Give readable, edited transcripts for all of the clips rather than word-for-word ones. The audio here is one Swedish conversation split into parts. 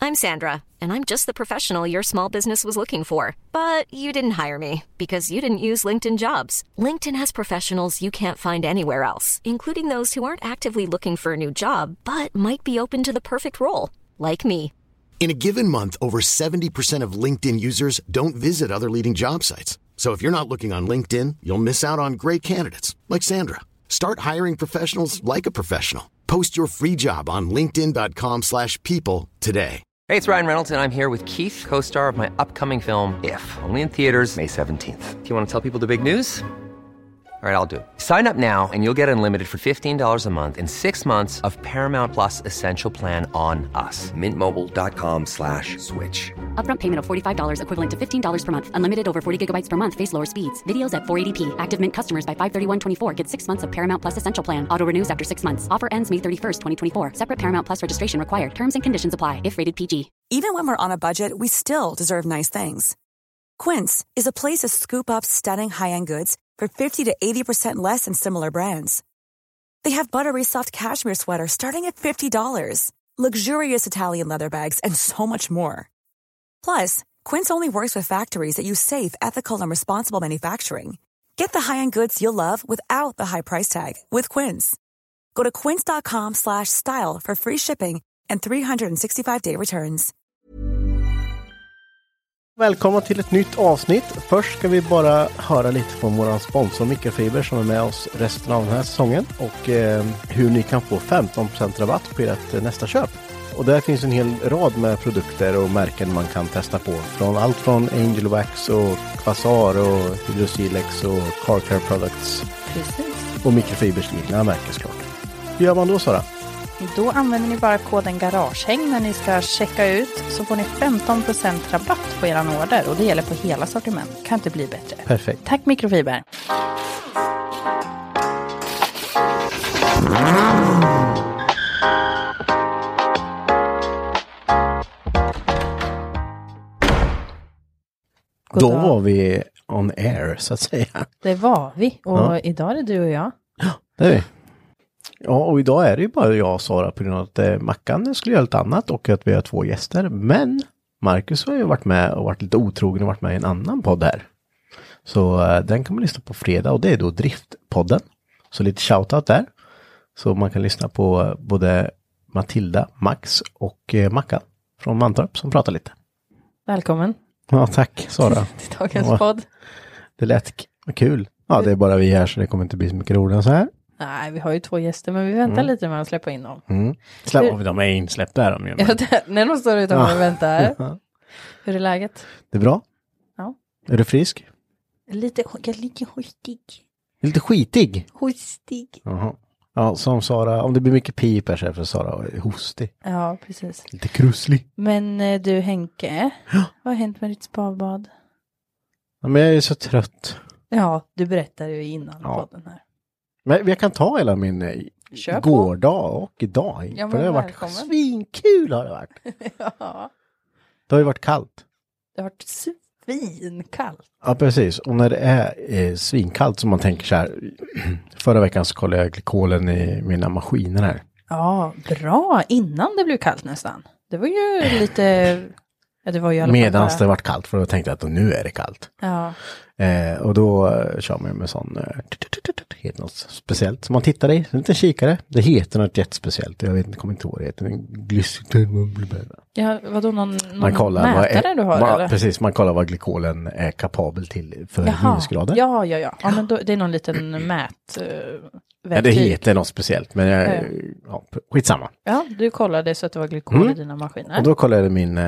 I'm Sandra, and I'm just the professional your small business was looking for. But you didn't hire me because you didn't use LinkedIn Jobs. LinkedIn has professionals you can't find anywhere else, including those who aren't actively looking for a new job, but might be open to the perfect role, like me. In a given month, over 70% of LinkedIn users don't visit other leading job sites. So if you're not looking on LinkedIn, you'll miss out on great candidates like Sandra. Start hiring professionals like a professional. Post your free job on linkedin.com/people today. Hey, it's Ryan Reynolds, and I'm here with Keith, co-star of my upcoming film, If, only in theaters May 17th. Do you want to tell people the big news? All right, I'll do it. Sign up now and you'll get unlimited for $15 a month and 6 months of Paramount Plus Essential Plan on us. MintMobile.com/switch. Upfront payment of $45 equivalent to $15 per month. Unlimited over 40 gigabytes per month. Face lower speeds. Videos at 480p. Active Mint customers by 531.24 get 6 months of Paramount Plus Essential Plan. Auto renews after 6 months. Offer ends May 31st, 2024. Separate Paramount Plus registration required. Terms and conditions apply if rated PG. Even when we're on a budget, we still deserve nice things. Quince is a place to scoop up stunning high-end goods for 50 to 80% less than similar brands. They have buttery soft cashmere sweaters starting at $50, luxurious Italian leather bags, and so much more. Plus, Quince only works with factories that use safe, ethical, and responsible manufacturing. Get the high-end goods you'll love without the high price tag with Quince. Go to quince.com/style for free shipping and 365-day returns. Välkomna till ett nytt avsnitt. Först ska vi bara höra lite från vår sponsor Microfiber som är med oss resten av den här säsongen. Och hur ni kan få 15% rabatt på ert nästa köp. Och där finns en hel rad med produkter och märken man kan testa på. Från allt från Angel Wax och Quasar och Hydrosilex och Car Care Products. Precis. Och Microfibers egna märken såklart. Hur gör man då, Sara? Då använder ni bara koden GARAGEHäng när ni ska checka ut, så får ni 15% rabatt på eran order, och det gäller på hela sortiment. Kan inte bli bättre. Perfekt. Tack Microfiber. Då var vi on air så att säga. Det var vi, och idag är det du och jag. Ja, det är vi. Ja, och idag är det ju bara jag och Sara på grund av att Mackan skulle göra lite annat och att vi har 2 gäster. Men Marcus har ju varit med och varit lite otrogen och varit med i en annan podd här. Så den kan man lyssna på fredag, och det är då Driftpodden. Så lite shoutout där. Så man kan lyssna på både Matilda, Max och Mackan från Mantorp som pratar lite. Välkommen. Ja, tack Sara. Till dagens podd. Det lät kul. Ja, det är bara vi här så det kommer inte bli så mycket roligare så här. Nej, vi har ju 2 gäster, men vi väntar lite med att släppa in dem. De är insläppta där. När de står utanför och väntar. Hur är läget? Det är bra. Ja. Är du frisk? Lite hostig. Lite skitig? Hostig. Jaha. Ja, som Sara, om det blir mycket pip här så är för Sara är hostig. Ja, precis. Lite krusslig. Men du Henke, vad har hänt med ditt spavbad? Ja, men jag är så trött. Ja, du berättade ju innan podden här. Men jag kan ta hela min gårdag och idag. Ja, för det har varit svinkul har det varit. Ja. Det har ju varit kallt. Det har varit svinkallt. Ja, precis. Och när det är svinkallt så man tänker så här. Förra veckan så kollade jag glykolen i mina maskiner här. Ja, bra. Innan det blev kallt nästan. Det var ju lite... Ja, det var ju medans det varit kallt, för då tänkte jag att nu är det kallt. Ja. Och då kör man med sån heter något speciellt som man tittar i, en liten kikare. Det heter något jättespeciellt. Jag vet inte, kommer inte ihåg det. Heter en Ja, vadå, någon mätare du har eller? Precis, man kollar vad glykolen är kapabel till för minusgrader. Ja, men då, det är någon liten ja, det heter något speciellt, men skitsamma. Ja, du kollade så att det var glykol i dina maskiner. Och då kollade jag min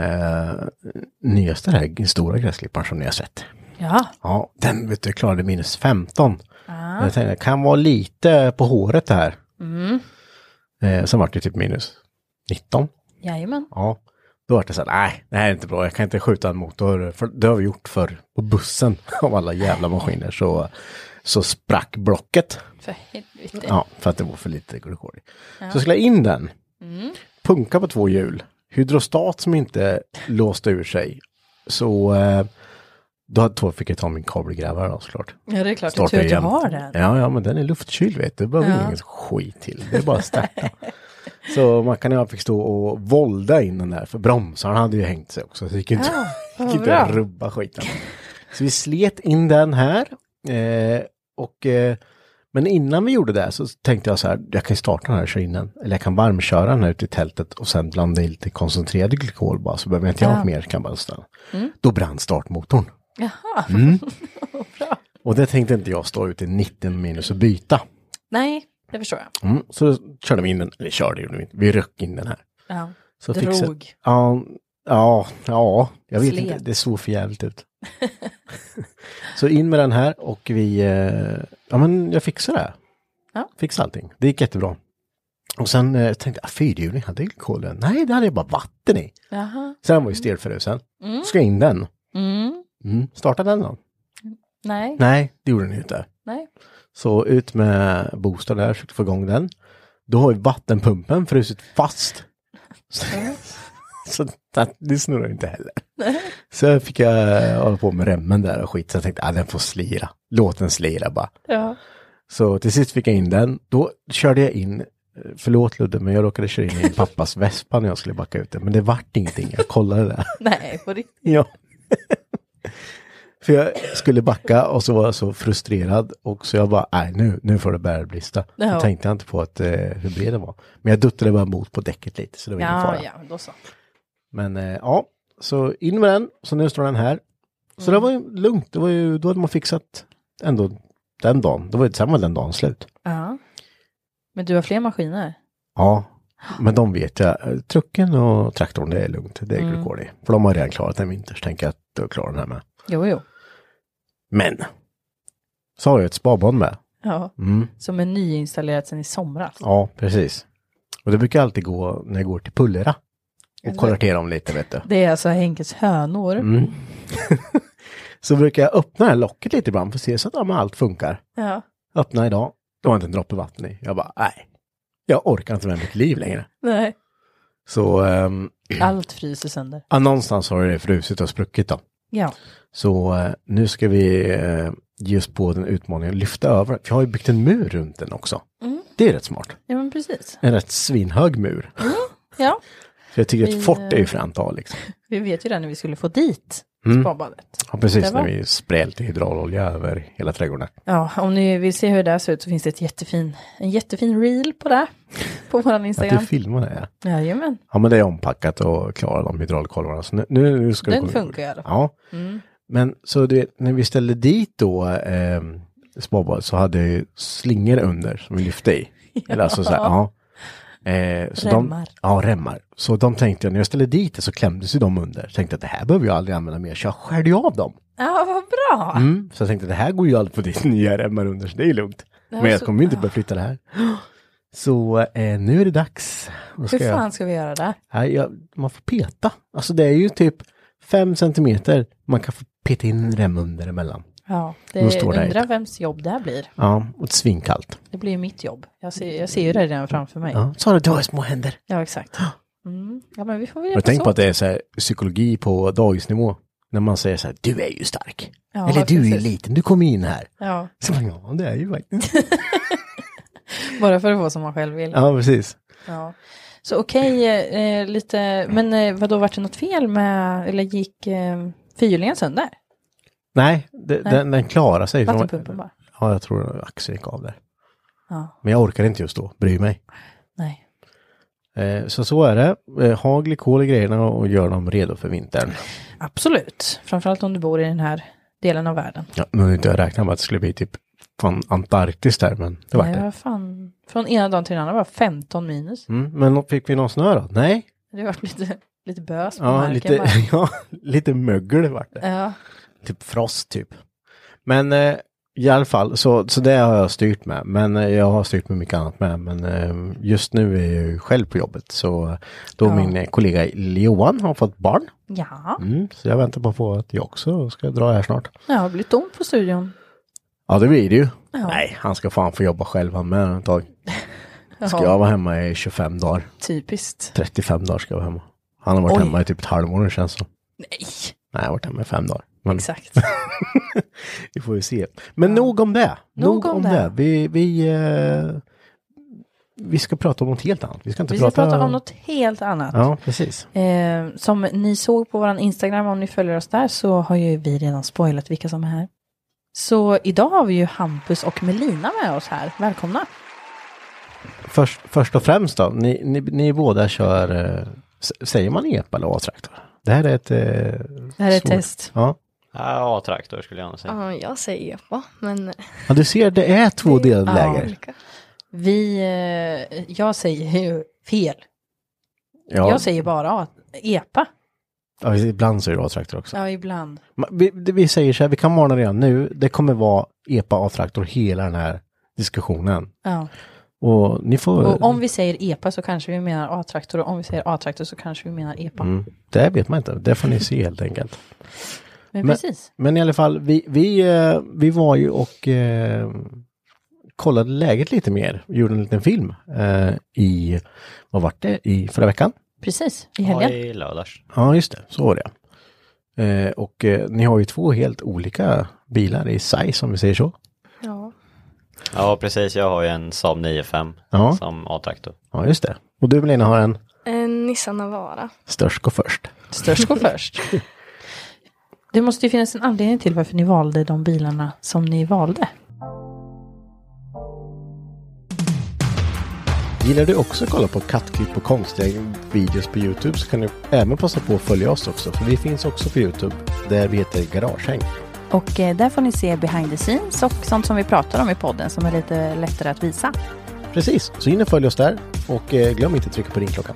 nyaste här, stora gräsklipparen som ni har sett. Ja. Ja, den klarade minus 15. Jag tänkte, kan vara lite på håret det här. Sen var det typ minus 19. Jajamän. Ja, då var det så här, nej, det här är inte bra. Jag kan inte skjuta en motor. För det har vi gjort för på bussen av alla jävla maskiner. Så sprack blocket. För helvete. Ja, för att det var för lite glykol. Ja. Så skulle jag in den. Punka på 2 hjul. Hydrostat som inte låste ur sig. Så... Då fick jag ta min kabelgrävare då, såklart. Ja, det är klart. Jag tror att du har den. Ja, men den är luftkyld, vet du. Det behöver ingen skit till. Det är bara att starta. Så Mackan och jag fick stå och volda in den där. För bromsarna hade ju hängt sig också. Så det gick inte att rubba skiten. Så vi slet in den här. Men innan vi gjorde det så tänkte jag så här. Jag kan starta den här och köra in den. Eller jag kan varmköra den här ut i tältet. Och sen blanda i lite koncentrerad glykol bara. Så behöver jag inte göra mer, kan bara stanna. Då brann startmotorn. Jaha, bra. Och det tänkte inte jag stå ut i 19 minus och byta. Nej, det förstår jag. Så då körde vi in den, eller körde vi inte, vi röck in den här. Ja, så drog. Ja, jag vet Slet. inte, det såg för jävligt ut. Så in med den här och vi, men jag fixade det. Ja. Fixade allting, det gick jättebra. Och sen tänkte jag, fyrhjuling hade glikolen. Nej, det hade jag bara vatten i. Jaha. Så den var ju stelfrusen. Ska in den. Starta den då? Nej. Nej, det gjorde den inte. Nej. Så ut med booster där, försökte få igång den. Då har ju vattenpumpen frusit fast. Så det snurrar inte heller. Så fick jag hålla på med remmen där och skit. Så jag tänkte, den får slira. Låt den slira bara. Ja. Så till sist fick jag in den. Då körde jag in, förlåt Ludde, men jag råkade köra in i pappas Vespa när jag skulle backa ut den. Men det vart ingenting, jag kollade det. Nej, på riktigt. Ja. För jag skulle backa och så var jag så frustrerad. Och så jag bara, nu får det bära brista. Ja. Då tänkte jag inte på att, hur bred det var. Men jag duttade bara mot på däcket lite, så det var ingen fara. Ja, då så. Men så in med den. Så nu står den här. Så det var ju lugnt. Det var ju, då hade man fixat ändå den dagen. Då var det samma den dagen slut. Ja. Men du har fler maskiner? Ja, men de vet jag. Trucken och traktorn, det är lugnt. Det är glykol i. För de har redan klarat den vinters. Tänker jag att du klarar den här med. Jo. Men så har jag ett sparband med. Ja, som är nyinstallerat sedan i somras. Ja, precis. Och det brukar alltid gå när jag går till Pullera. Och kollar till dem lite, vet du. Det är alltså Henkes hönor. Så brukar jag öppna det här locket lite ibland för att se så att allt funkar. Ja. Öppna idag. Det var inte en droppe vatten i. Jag bara, nej. Jag orkar inte med mitt liv längre. Nej. Så allt fryser sönder. Ja, någonstans har det frusit och spruckit då. Ja. Så nu ska vi ge oss på den utmaningen, lyfta över. För jag har ju byggt en mur runt den också. Det är rätt smart. Ja, men precis. En rätt svinhög mur. Ja. För jag tycker att fort är ju för antal liksom. Vi vet ju det när vi skulle få dit sparbadet. Ja, precis. När vi sprällde hydraulolja över hela trädgården. Ja, om ni vill se hur det ser ut så finns det en jättefin reel på det. På vår Instagram. Att du filmar det, ja. Jajamän. Ja, men det är ompackat och klarar de hydraulkolvarna. Så nu ska den funkar i alla fall. Ja. Men så när vi ställde dit då sparbadet så hade jag slingor under som vi lyfte i. Eller alltså så här, ja. Så remmar. Remmar. Så de tänkte, när jag ställde dit det så klämdes ju de under. Tänkte att det här behöver jag aldrig använda mer. Så jag skärde av dem. Ja, vad bra. Så jag tänkte att det här går ju aldrig på ditt nya remmar under, så det är lugnt. Men jag kommer ju inte börja flytta det här. Så nu är det dags. Hur fan ska vi göra det? Man får peta. Alltså det är ju typ 5 centimeter. Man kan få peta in rem under emellan. Ja, undrar vems jobb det här blir. Ja, och ett svinkallt. Det blir ju mitt jobb. Jag ser ju det redan framför mig. Ja, så du har små händer. Ja, exakt. Ja, men vi får väl jag tänker på att det är så här, psykologi på dagisnivå. När man säger så här, du är ju stark. Ja, eller du är ju liten, du kommer in här. Ja. Så ja, det är ju faktiskt. Bara för att få som man själv vill. Ja, precis. Ja. Så okej, lite, men vadå, var det något fel med, eller gick fyrhjulingen sönder? Nej. Den klarar sig. Vattenpumpen bara? Ja, jag tror axeln gick av där. Ja. Men jag orkar inte just då, bry mig. Nej. Så är det. Ha glykol i grejerna och gör dem redo för vintern. Absolut. Framförallt om du bor i den här delen av världen. Ja, nu inte jag räknat med att det skulle bli typ från Antarktis där, men det var det. Ja, fan. Från ena dagen till den andra var 15 minus. Men fick vi någon snö då? Nej. Det har varit lite bös på marken. Lite mögel vart det. Ja. Typ frost typ. Men i alla fall, så det har jag styrt med. Men jag har styrt med mycket annat med. Men just nu är jag ju själv på jobbet. Så då min kollega Johan har fått barn. Ja. Så jag väntar på att få att jag också ska dra här snart. Ja, det blir tomt på studion. Ja, det blir det ju. Ja. Nej, han ska fan få jobba själv med ett tag. Ska jag vara hemma i 25 dagar. Typiskt. 35 dagar ska jag vara hemma. Han har varit hemma i typ ett halvår, det känns så. Nej, jag har varit hemma i 5 dagar. Men exakt. vi får ju se. Men nog om det. Nog om det. vi ska prata om något helt annat. Vi ska prata om något helt annat. Ja, precis. Som ni såg på vår Instagram, om ni följer oss där, så har ju vi redan spoilat vilka som är här. Så idag har vi ju Hampus och Melina med oss här. Välkomna! Först och främst då, ni båda kör, säger man EPA eller A-traktor? Det här är ett test. Ja. Ja, A-traktor skulle jag säga. Ja, jag säger EPA, men... Ja, du ser, det är två delade läger. Jag säger ju fel. Ja. Jag säger bara EPA. Ja, ibland så är det A-traktor också. Ja, ibland. Vi säger så här, vi kan varna redan nu, det kommer vara EPA A-traktor hela den här diskussionen. Ja. Och ni får... Och om vi säger EPA så kanske vi menar A-traktor, och om vi säger A-traktor så kanske vi menar EPA. Det vet man inte, det får ni se helt enkelt. Men precis. Men i alla fall, vi var ju och kollade läget lite mer. Gjorde en liten film vad var det? I förra veckan? Precis, i helgen. Ja, i lördags. Ja, just det, så var det. Och ni har ju två helt olika bilar i size, som vi säger så. Ja, precis. Jag har ju en Saab 9-5 som A-traktor. Ja, just det. Och du, Melina, har en Nissan Navara. Störst går först. Störst går först. Det måste ju finnas en anledning till varför ni valde de bilarna som ni valde. Gillar du också att kolla på kattklipp och konstiga videos på YouTube, så kan du även passa på att följa oss också. För vi finns också på YouTube, där vi heter Garagehäng. Och där får ni se behind the scenes och sånt som vi pratar om i podden som är lite lättare att visa. Precis, så in och följ oss där. Och glöm inte att trycka på ringklockan.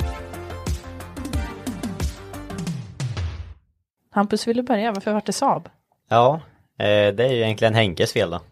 Hampus, vill du börja? Varför var det Saab? Ja, det är ju egentligen Henkes fel då.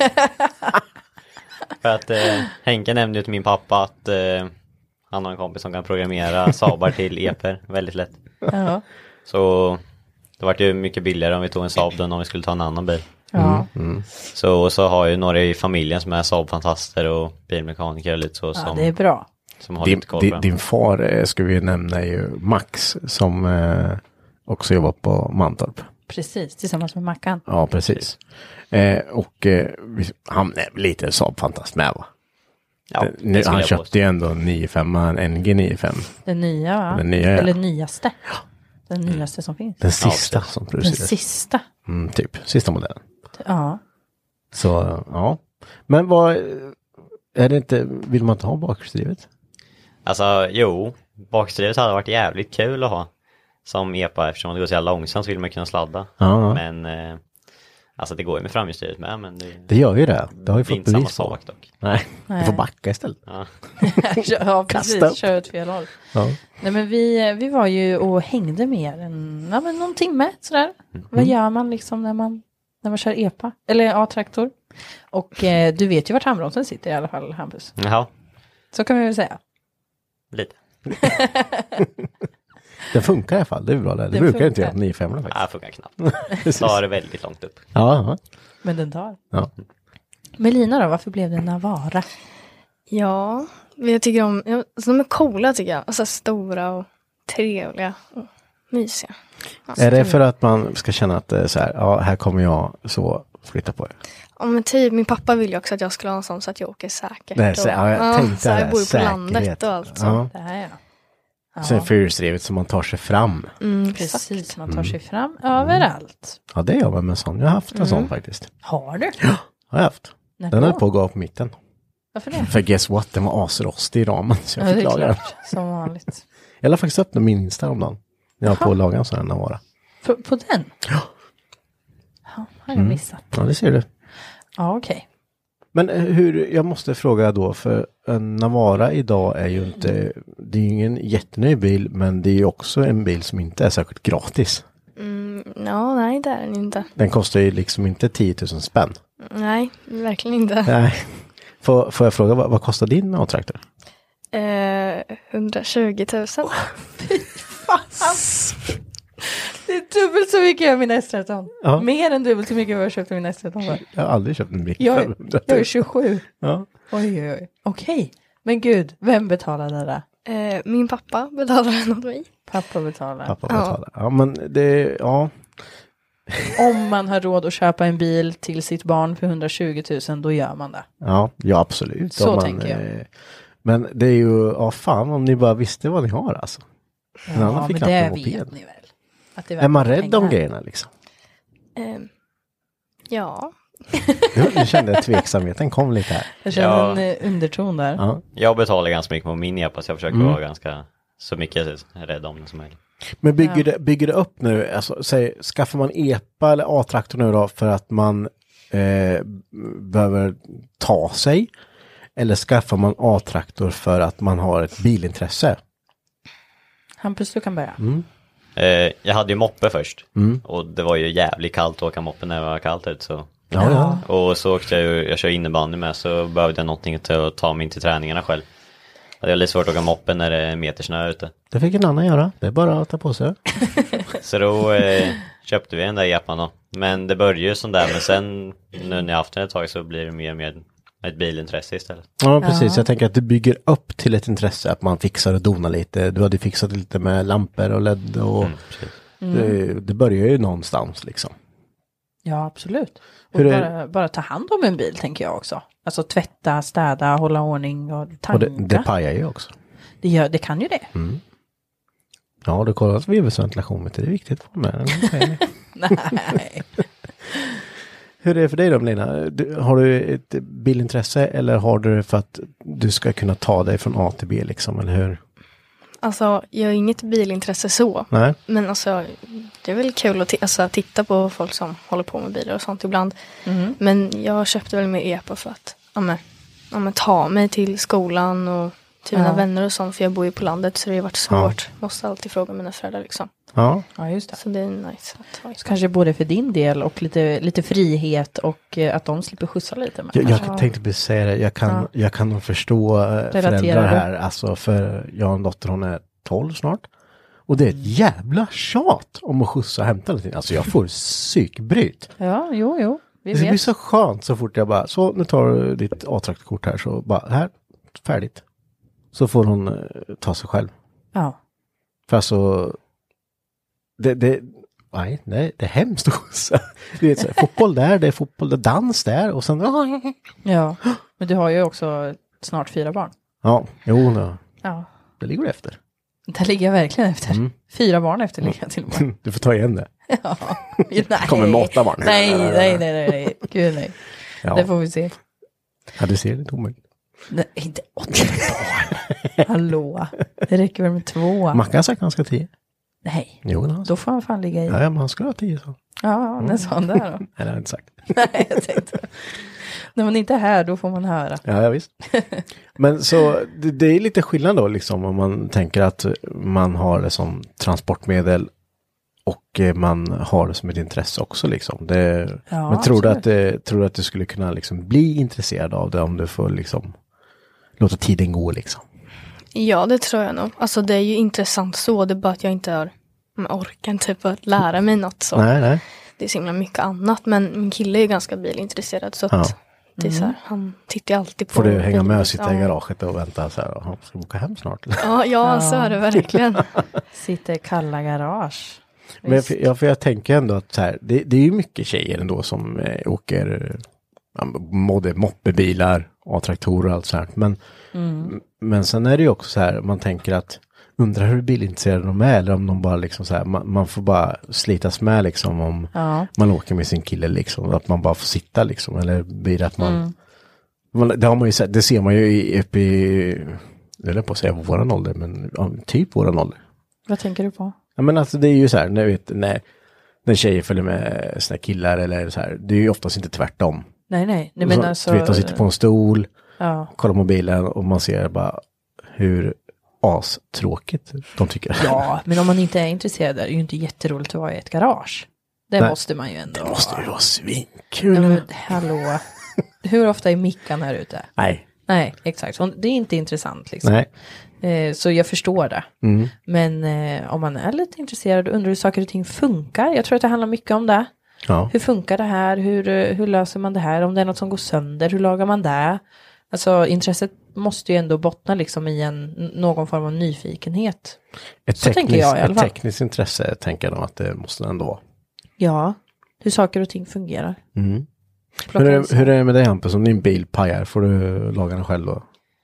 För att Henke nämnde ju till min pappa att han har en kompis som kan programmera Saabar till EPer väldigt lätt. Ja. Så det var ju mycket billigare om vi tog en Saab än om vi skulle ta en annan bil. Ja. Så har ju några i familjen som är Saab-fantaster och bilmekaniker och lite så. Ja, som, det är bra. Som har lite koll på din far ska vi nämna är ju Max, som också jobbar på Mantorp. Precis, tillsammans med Mackan. Ja, precis. Han är lite Saab-fantast med, va? Ja, han köpte ju ändå 95, en NG95. Den nya, va? Den nya, eller nyaste. Den nyaste som finns. Den sista som produceras. Den sista. Typ, sista modellen. Ja. Så, ja. Men vad, är det inte, vill man inte ha bakhjulsdrivet? Alltså, jo. Bakhjulsdrivet hade varit jävligt kul att ha. Som EPA, eftersom det går så jävla långsamt så vill man kunna sladda. Ja. Men alltså det går ju med framhjulsdrivet med, men det gör ju det. Det har ju fått inte bevis samma på. sak dock. Nej, du får backa istället. Ja, Ja, precis. Kör åt fel håll. Ja. Nej, men vi var ju och hängde mer än någon timme sådär. Vad gör man liksom när man kör EPA? Eller A-traktor? Och du vet ju vart handbromsen sitter i alla fall, Hampus. Jaha, Så kan vi väl säga. lite. Det funkar i alla fall, det är bra. Det brukar inte göra 9-5 faktiskt. Ja, det funkar knappt. Tar det väldigt långt upp. Ja. Men den tar. Ja. Melina då, varför blev det Navara? Ja, jag tycker om... Alltså, de är coola tycker jag. Alltså stora och trevliga och mysiga. Alltså, Är det för att man ska känna att det är så här, ja, här kommer jag så flytta på det? Ja, men typ, min pappa vill ju också att jag skulle ha en sån så att jag åker säkert. Nej, så, ja, jag tänkte så jag det, bor på säkerhet. landet och allt så. Ja. Det här ja. Sen fyrhjulsdrivet som man tar sig fram. Precis, man tar sig fram överallt. Ja, det gör man med en sån. Jag har haft en sån faktiskt. Har du? Ja, har jag haft. När Den då? höll på att gå av på mitten. Varför det? För guess what, den var asrostig i ramen. Så jag Ja, fick det är laga den. klart. Som vanligt. Jag lade faktiskt öppna min Insta om dagen. Jag har på att laga en sån här Navara. På den? Ja. Ja, har jag missat. Ja, det ser du. Ja, okej. Men jag måste fråga då, för en Navara idag är ju inte, det är ju ingen jättenyg bil, men det är ju också en bil som inte är särskilt gratis. Ja, nej det är den inte. Den kostar ju liksom inte 10 000 spänn. Nej, verkligen inte. Nej. Får jag fråga, vad kostar din A-traktor? 120 000. Det är dubbelt så mycket jag min S13. Ja. Mer än dubbelt så mycket jag köpte min S13. Jag har aldrig köpt en bil. Jag är 27. Ja. Oj. Okej. Men gud, vem betalade det? Min pappa betalade den åt mig. Pappa betalar. Pappa betalar. Ja, men det, ja. Om man har råd att köpa en bil till sitt barn för 120 000, då gör man det. Ja, absolut. Så Om man, tänker jag. Men det är ju, fan om ni bara visste vad ni har alltså. En annan Ja, fick men det en moped. vet ni väl. Att det Är man verkligen rädd om pengar. grejerna liksom? Ja. Nu kände jag tveksamheten kom lite här. Jag känner Ja. en underton där. Ja. Jag betalar ganska mycket på min epa så jag försöker vara ganska så mycket rädd om det som möjligt. Men bygger det upp nu, alltså, skaffar man EPA eller A-traktor nu då för att man behöver ta sig? Eller skaffar man A-traktor för att man har ett bilintresse? Hampus, du kan börja. Jag hade ju moppe först och det var ju jävligt kallt att åka moppe när det var kallt ut så. Ja. Och så åkte jag kör innebandy med så behövde jag någonting till att ta mig in till träningarna själv. Det är lite svårt att åka moppe när det är metersnö ute. Det fick en annan göra, det är bara att ta på sig. Så då köpte vi den där epan då. Men det började ju sån där men sen nu när jag haft den ett tag så blir det mer och mer ett bilintresse istället. Ja, precis. Jag tänker att det bygger upp till ett intresse att man fixar och donar lite. Du hade fixat lite med lampor och LED och det börjar ju någonstans liksom. Ja, absolut. Och Hur är- bara ta hand om en bil tänker jag också. Alltså tvätta, städa, hålla ordning och Och tanka. det pajar ju också. Det kan ju det. Ja, du kollar att virvelventilation, det är viktigt att få med den. Nej. Hur är det för dig då, Melina? Har du ett bilintresse eller har du det för att du ska kunna ta dig från A till B liksom, eller hur? Alltså, jag har inget bilintresse så. Nej. Men alltså, det är väl kul att titta på folk som håller på med bilar och sånt ibland. Men jag köpte väl med EPA för att ta mig till skolan och till mina vänner och sånt. För jag bor ju på landet så det har varit svårt. Måste alltid fråga mina föräldrar liksom. Ja. Ja, just det. Så det är nice att ha. Så kanske både för din del och lite frihet och att de slipper skjutsa lite. Men Jag tänkte precis säga det, jag kan nog förstå föräldrar här. Alltså för jag har en dotter, hon är 12 snart. Och det är ett jävla tjat om att skjutsa och hämta någonting. Alltså jag får psykbryt. Ja, jo. Vi Det blir vet. så skönt så fort jag bara, så nu tar du ditt A-traktkort här, så bara, här, färdigt. Så får hon ta sig själv. Ja. För alltså, det är hemskt att skjutsa. Du vet, så här, fotboll där, det är fotboll, det är dans där och sen, Ja, men du har ju också snart 4 barn. ja, jo, Ja, det ligger du efter. där ligger jag verkligen efter. 4 barn efter ligger jag till och med. Du får ta igen det. Ja, nej. Kommer med 8 barn. Nej. Gud nej. Ja. Det får vi se. Ja, du ser det omöjligt. Nej, inte 8 barn. Hallå. Det räcker väl med 2. Mackan har sagt att han ska 10. Nej, Jo, då får han fan ligga i. ja, men han ska ha 10 så. Ja, när sa han där då? Nej, det har jag inte sagt. Nej, jag tänkte. När man inte är här, då får man höra. Ja, visst. Men så det är lite skillnad då liksom om man tänker att man har det som transportmedel och man har det som ett intresse också liksom. Ja, men tror du att du skulle kunna liksom bli intresserad av det om du får liksom låta tiden gå liksom? Ja, det tror jag nog. Alltså det är ju intressant så. Det är bara att jag inte har orken typ att lära mig något så. Nej. Det är så himla mycket annat. Men min kille är ganska bilintresserad så att det är så här, han tittar ju alltid på. Får du hänga med bilar. och sitta i garaget och vänta så här, ska vi åka hem snart? Ja, så är det verkligen. Sitter i kalla garage. Men för jag tänker ändå att så här, det är ju mycket tjejer ändå som åker moppebilar, A-traktorer och allt så här. Men sen är det ju också så här, man tänker att undrar hur bilintresserade de är eller om de bara liksom så här, man får bara slitas med liksom om man åker med sin kille liksom, att man bara får sitta liksom, eller blir det att man det har man ju sett, det ser man ju uppe i, jag höll på att säga våran ålder, men typ våran ålder. Vad tänker du på? Ja, men alltså det är ju så här, när tjejer följer med sina killar eller så här, det är ju oftast inte tvärtom. Nej, men Så, alltså. du vet, de sitter på en stol, Ja. kollar mobilen och man ser bara hur astråkigt de tycker. Ja, men om man inte är intresserad är det ju inte jätteroligt att vara i ett garage. Det Nej. måste man ju ändå. Det måste ju vara svinkul. Ja, men, hallå. Hur ofta är mickan här ute? Nej, exakt. Så det är inte intressant liksom. Nej. Så jag förstår det. Men om man är lite intresserad och undrar hur saker och ting funkar. Jag tror att det handlar mycket om det. Ja. Hur funkar det här? Hur löser man det här? Om det är något som går sönder, hur lagar man det? Alltså intresset måste ju ändå bottna liksom i någon form av nyfikenhet. Så tänker jag i alla fall. Ett tekniskt intresse tänker jag att det måste ändå vara. Ja, hur saker och ting fungerar. Hur är det med dig Hampus, om din bil pajar, får du laga den själv då?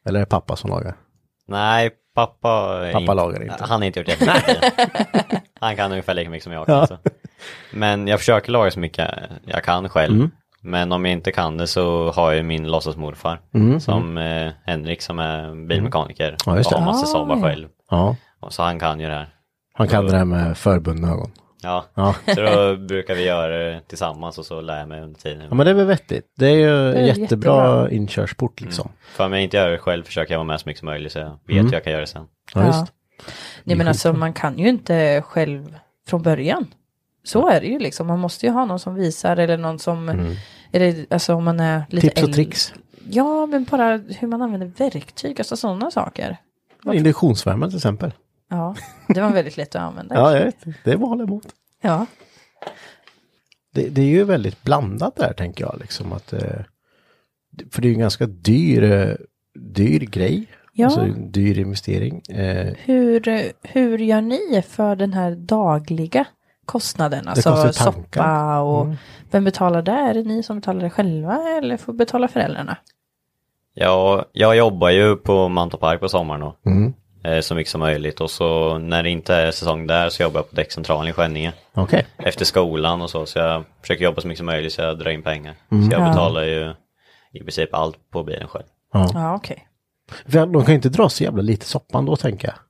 Eller är det pappa som lagar? Nej, pappa lagar inte. Han har inte gjort jättemycket. Han kan ungefär lika mycket som jag kan. Ja. Så. Men jag försöker laga så mycket jag kan själv. Men om jag inte kan det så har jag min låtsasmorfar. Som Henrik som är bilmekaniker. Ja, just det. Och har massa sabbar själv. Ja. Och så han kan ju det här. Han kan det här med förbundna ögon. Ja, så då brukar vi göra det tillsammans och så lär jag mig under tiden. Ja, men det är väl vettigt. Det är ju jättebra inkörsport liksom. För om jag inte gör det själv försöker jag vara med så mycket som möjligt så jag vet hur jag kan göra det sen. Ja, just. Nej men alltså man kan ju inte själv från början. Så är det ju liksom. Man måste ju ha någon som visar eller någon som, eller alltså om man är lite tips och tricks. Ja, men bara hur man använder verktyg, alltså sådana saker. Induktionsvärme till exempel. Ja, det var väldigt lätt att använda. Ja, jag vet. Det var håll emot. Ja. Det är ju väldigt blandat där tänker jag liksom att för det är ju en ganska dyr grej. Ja. Alltså en dyr investering. Hur gör ni för den här dagliga kostnaden? Alltså soppa och vem betalar det? Är det ni som betalar det själva eller får betala föräldrarna? Ja, jag jobbar ju på Mantorp Park på sommaren då. Så mycket som möjligt. Och så när det inte är säsong där så jobbar jag på däckcentralen i Skänninge. Okay. Efter skolan och så jag försöker jobba så mycket som möjligt så jag drar in pengar. Så jag betalar ju i princip allt på bilen själv. Ja, okej. För de kan ju inte dra så jävla lite soppan då tänker jag.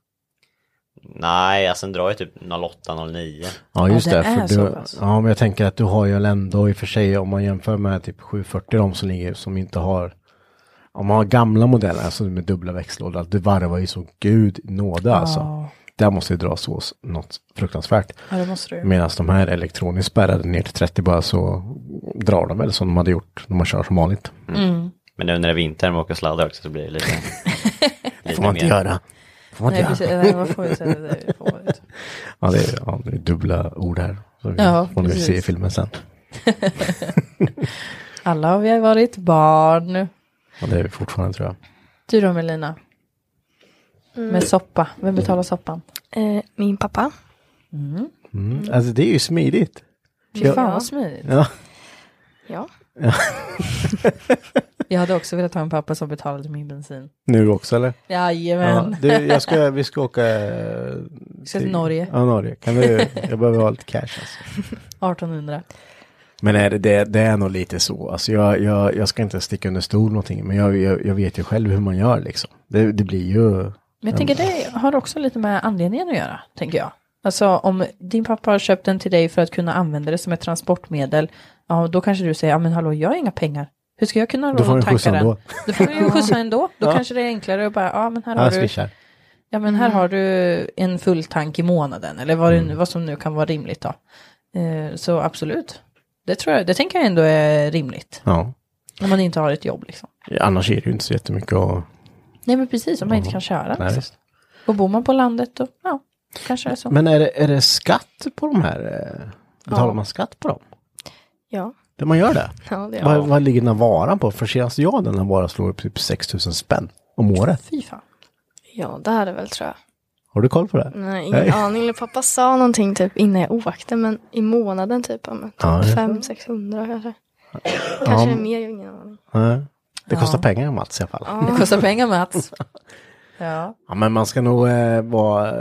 Nej, alltså den drar ju typ 08-09. Ja, just det. För men jag tänker att du har ju ändå i och för sig om man jämför med typ 740 de som ligger som inte har. Om man har gamla modeller alltså med dubbla växellådor, det varvar ju så gud nåde alltså. Där måste det dra så något fruktansvärt. Ja, det måste du. Medan de här elektroniskt spärrade ner till 30 bara så drar de väl som de hade gjort när man kör som vanligt. Men nu när det är vinter och man åker sladdar också så blir det lite... Det får man inte göra. Nej, precis. Nej, vad får vi säga det? Ja, det är dubbla ord här. Så får vi se i filmen sen. Alla har vi varit barn. Ja, det är vi fortfarande tror jag. Du då Melina? Med soppa. Vem betalar soppan? Min pappa. Alltså det är ju smidigt. Fan vad smidigt. Ja. Jag hade också velat ha en pappa som betalade min bensin. Nu också eller? Jajamän. Ja, vi ska åka till Norge. Ja, Norge. Jag behöver ha lite cash alltså. 1800. Men det är nog lite så. Alltså jag ska inte sticka under stol någonting. Men jag vet ju själv hur man gör liksom. Det blir ju... Men jag tänker det har också lite med anledningen att göra, tänker jag. Alltså om din pappa har köpt den till dig för att kunna använda det som ett transportmedel. Ja, då kanske du säger, ja men hallå, jag har inga pengar. Hur ska jag kunna tanka den? Då får du ju skjutsa ändå. Då kanske det är enklare att bara, ja men här har du... Ja men här har du en full tank i månaden. Eller vad som nu kan vara rimligt då. Så absolut. Det tänker jag ändå är rimligt. Ja. Om man inte har ett jobb liksom. Ja, annars är det ju inte så jättemycket att... Nej men precis, om man inte kan köra. Nej, liksom. Och bor man på landet då, ja, kanske är så. Men är det skatt på de här? Betalar man skatt på dem? Ja. Det man gör det? Ja, det är vad ligger den här varan på? För senast den här varan slår upp typ 6 000 spänn om året. Fy fan. Ja, det är det väl tror jag. Har du koll på det? Nej, ingen aning. Pappa sa någonting typ innan jag åkte, men i månaden typ 500-600 kanske. Kanske mer, jag har ingen aning. Det kostar pengar Mats i alla fall. Ja. Det kostar pengar Mats. Ja, men man ska nog vara...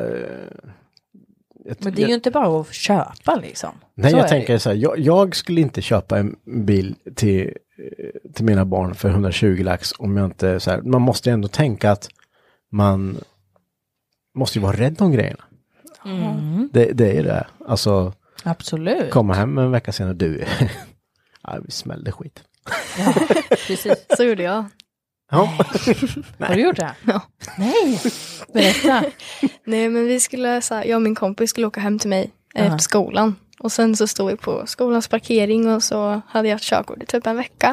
Men det är ju inte bara att köpa liksom. Nej, jag tänker så här. Jag skulle inte köpa en bil till mina barn för 120 lax om jag inte så här. Man måste ändå tänka att man måste ju vara rädd om grejerna. Det är ju det. Alltså, absolut. Komma hem en vecka senare du. Vi smällde skit. Ja, precis. Så gjorde jag. Ja. Har du gjort det? Ja. Nej, berätta. Nej, men jag och min kompis skulle åka hem till mig efter skolan. Och sen så stod vi på skolans parkering och så hade jag körkort i typ en vecka.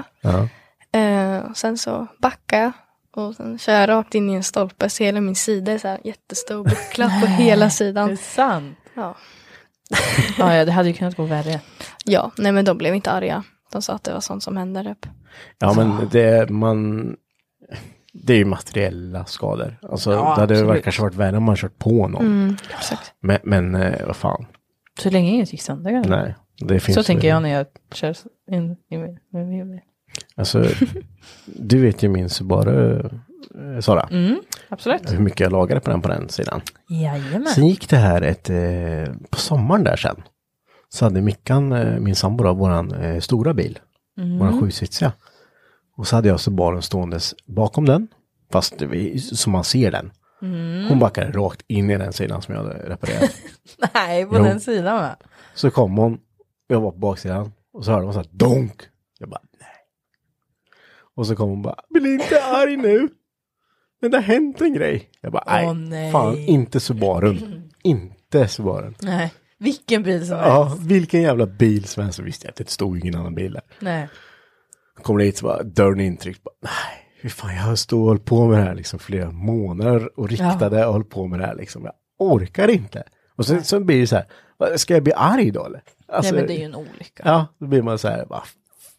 Och sen så backade jag. Och sen kör jag rakt in i en stolpe så hela min sida är så här jättestor buckla på hela sidan. Det är sant. Ja. Ja, det hade ju kunnat gå värre. Ja, nej men de blev inte arga. De sa att det var sånt som hände upp. Ja, men det är ju materiella skador. Alltså, det hade kanske varit värre om man kört på någon. Exakt. Men vad fan. Så länge inget gick sönder. Nej, det finns så tänker jag när jag kör in i mig. Alltså, du vet ju min Subaru Sara. Absolut. Hur mycket jag lagade på den sidan. Jajamän. Sen gick det här på sommaren där sen. Så hade Mickan, min sambo då, våran stora bil. Våran 7-sitsiga. Och så hade jag så baren ståendes bakom den. Fast som man ser den. Hon backade rakt in i den sidan som jag hade reparerat. Nej, på den sidan va? Så kom hon, jag var på baksidan. Och så hörde hon så här, donk. Jag bara, nej. Och så kom hon bara, bli inte arg nu. Men det har hänt en grej. Jag bara, nej. Fan, inte Subarun. Inte Subarun. Nej, vilken bil som Ja, helst. vilken jävla bil som helst. Så visste jag att det stod ingen annan bil där. Nej. Kommer dit så bara, dörren intryckt. Bara, nej, hur fan, jag har stått och hållit på med det här liksom flera månader. Och riktade och hållit på med det här liksom. Jag orkar inte. Och så blir det så här, ska jag bli arg då eller? Alltså, nej, men det är ju en olycka. Ja, då blir man så här, bara...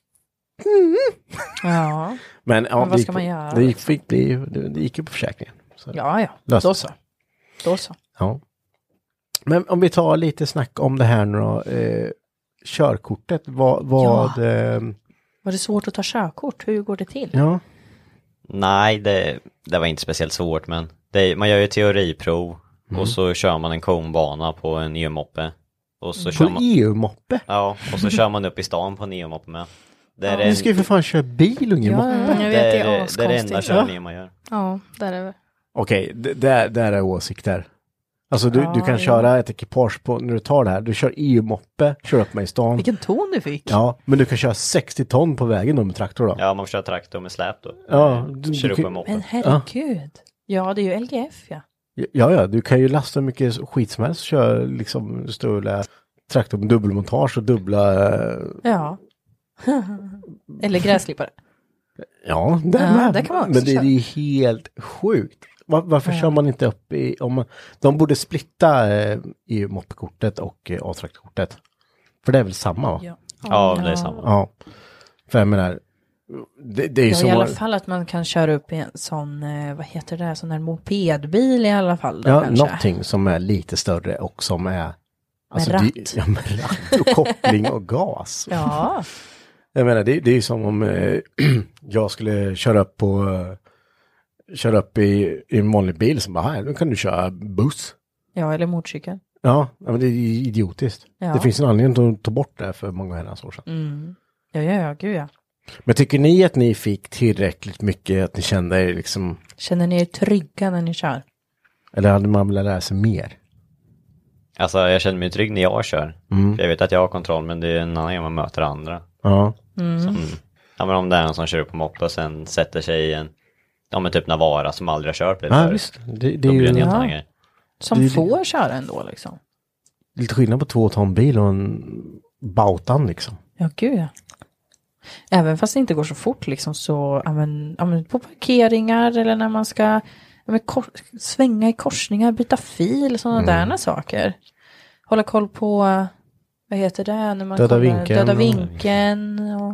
Ja. Men vad ska man göra? Det gick ju på försäkringen. Så. Ja. Då så. Ja. Men om vi tar lite snack om det här nu då. Körkortet. Var det svårt att ta körkort? Hur går det till? Ja. Nej, det var inte speciellt svårt, men man gör ju teoriprov och så kör man en konbana på en EU-moppe. Och så kör man EU-moppe? Ja, och så kör man upp i stan på en EU-moppe med. Du ska ju för fan köra bil och ingen moppe. Jag vet, det är det är det enda körningen man gör. Ja, där är det. Okej, där är åsikter. Alltså du kan köra ett ekipage på, när du tar det här, du kör EU-moppe, kör upp med i stan. Vilken ton du fick. Ja, men du kan köra 60 ton på vägen då med traktor då. Ja, man får köra traktor med släp då. Ja, kör upp en moppe. Men herregud. Ja, det är ju LGF, ja. Ja, du kan ju lasta mycket skit som helst och köra liksom stora traktor med dubbelmontage och dubbla... Ja. Eller gräsklippare. Ja, det kan man också. Men det är ju helt sjukt. Varför kör man inte upp i... de borde splitta i moppekortet och A-traktkortet. För det är väl samma va? Ja, det är samma. Ja. För jag menar... Det är ju så... I alla fall att man kan köra upp i en sån, vad heter det, sån här mopedbil i alla fall. Då, ja, kanske. Någonting som är lite större och som är... Med ratt. Med ratt och koppling och gas. Ja. Jag menar, det är ju som om jag skulle köra upp i en vanlig bil som bara, här, nu kan du köra buss. Ja, eller motorcykel. Ja, men det är idiotiskt. Ja. Det finns en anledning att ta bort det för många herrans år sedan. Mm. Ja, gud ja. Men tycker ni att ni fick tillräckligt mycket, att ni kände er liksom... Känner ni er trygga när ni kör? Eller hade man velat lära sig mer? Alltså, jag känner mig trygg när jag kör. För jag vet att jag har kontroll, men det är en annan gång man möter andra. Ja. Ja, men om det är någon som kör upp på moppe och sen sätter sig i en... Ja, men typ Navara som aldrig har kört det. Ja, visst. Det är då blir det en ju... helt annan grej. Som får köra ändå liksom. Lite skillnad på 2 ton bil och en Bautan liksom. Ja, gud ja. Även fast det inte går så fort liksom så på parkeringar eller när man ska svänga i korsningar, byta fil, sådana där saker. Hålla koll på, vad heter det? När man döda vinkeln och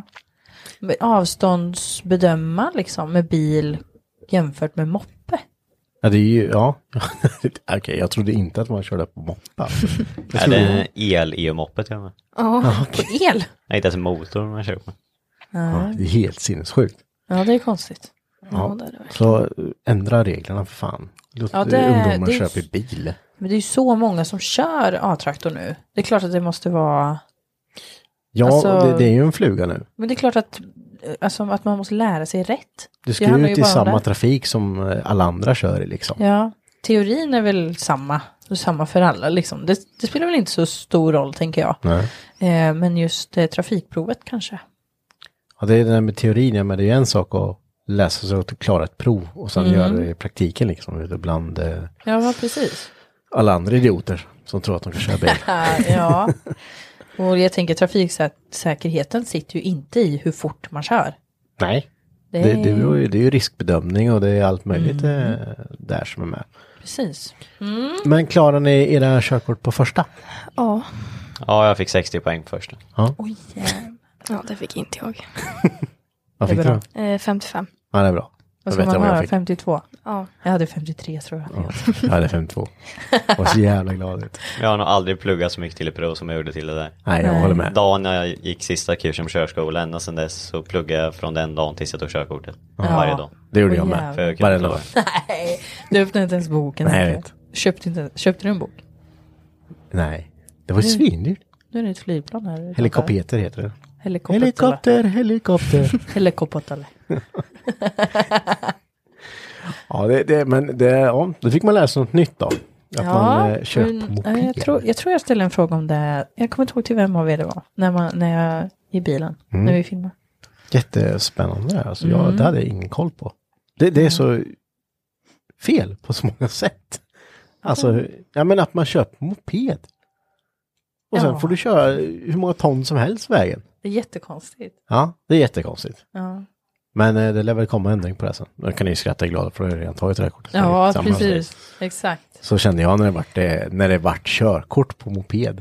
avståndsbedöma liksom med bil jämfört med moppe. Ja, det är ju, ja. Okej, jag trodde inte att man körde på moppa. Är det en el-EU-moppet? Ja, på el? Nej, inte ens motor man kör på. Ja, det är helt sinnessjukt. Ja, det är konstigt. Ja, så ändra reglerna för fan. Låt ungdomar köpa bil. Men det är ju så många som kör A-traktor nu. Det är klart att det måste vara... Ja, alltså, det är ju en fluga nu. Men det är klart att, att man måste lära sig rätt. Du ska ju ut i samma trafik som alla andra kör i liksom. Ja, teorin är väl samma för alla liksom. Det spelar väl inte så stor roll, tänker jag. Nej. Men just trafikprovet kanske. Ja, det är det där med teorin, men det är ju en sak att läsa sig och klara ett prov och sen göra det i praktiken liksom, bland precis. alla andra idioter som tror att de kan köra bil. Ja, och jag tänker trafiksäkerheten sitter ju inte i hur fort man kör. Nej, det är ju riskbedömning och det är allt möjligt där som är med. Precis. Men klarar ni era körkort på första? Ja. Ja, jag fick 60 poäng på första. Ja. Ja, det fick inte jag. Vad fick du? 55. Ja, det är bra. Vad ska vet man jag vad jag ha? fick. 52? Ja. Jag hade 53 tror jag. Jag hade 52. Jag var så jävla glad ut. Jag har nog aldrig pluggat så mycket till ett prov som jag gjorde till det där. Nej, jag håller med. Dagen när jag gick sista kursen på körskola, ända sedan dess så pluggade jag från den dagen tills jag tog körkortet. Varje dag. Det gjorde Åh, jag med. jävlar. För jag kunde Varenda ta dag. det. Nej, du öppnade inte ens boken. Nej, jag vet. Köpte du en bok? Nej, det var ju svindyrt. Nu är det ett flygplan här. Helikopter heter det. Helikopter. Helikopter. Ja, ja, då fick man lära sig något nytt då. Att man köper moped. Jag tror jag ställde en fråga om det. Jag kommer inte ihåg till vem av er det var. När jag i bilen. När vi filmade. Jättespännande. Alltså, det hade jag ingen koll på. Det är så fel på så många sätt. Alltså, jag menar att man köper moped. Och sen får du köra hur många ton som helst vägen. Det är jättekonstigt. Ja, det är jättekonstigt. Ja, Men det lär väl komma ändring på det sen. Då kan ni skratta glada för att jag redan tagit räkort. ja precis. Exakt. Så kände jag när det vart körkort på moped.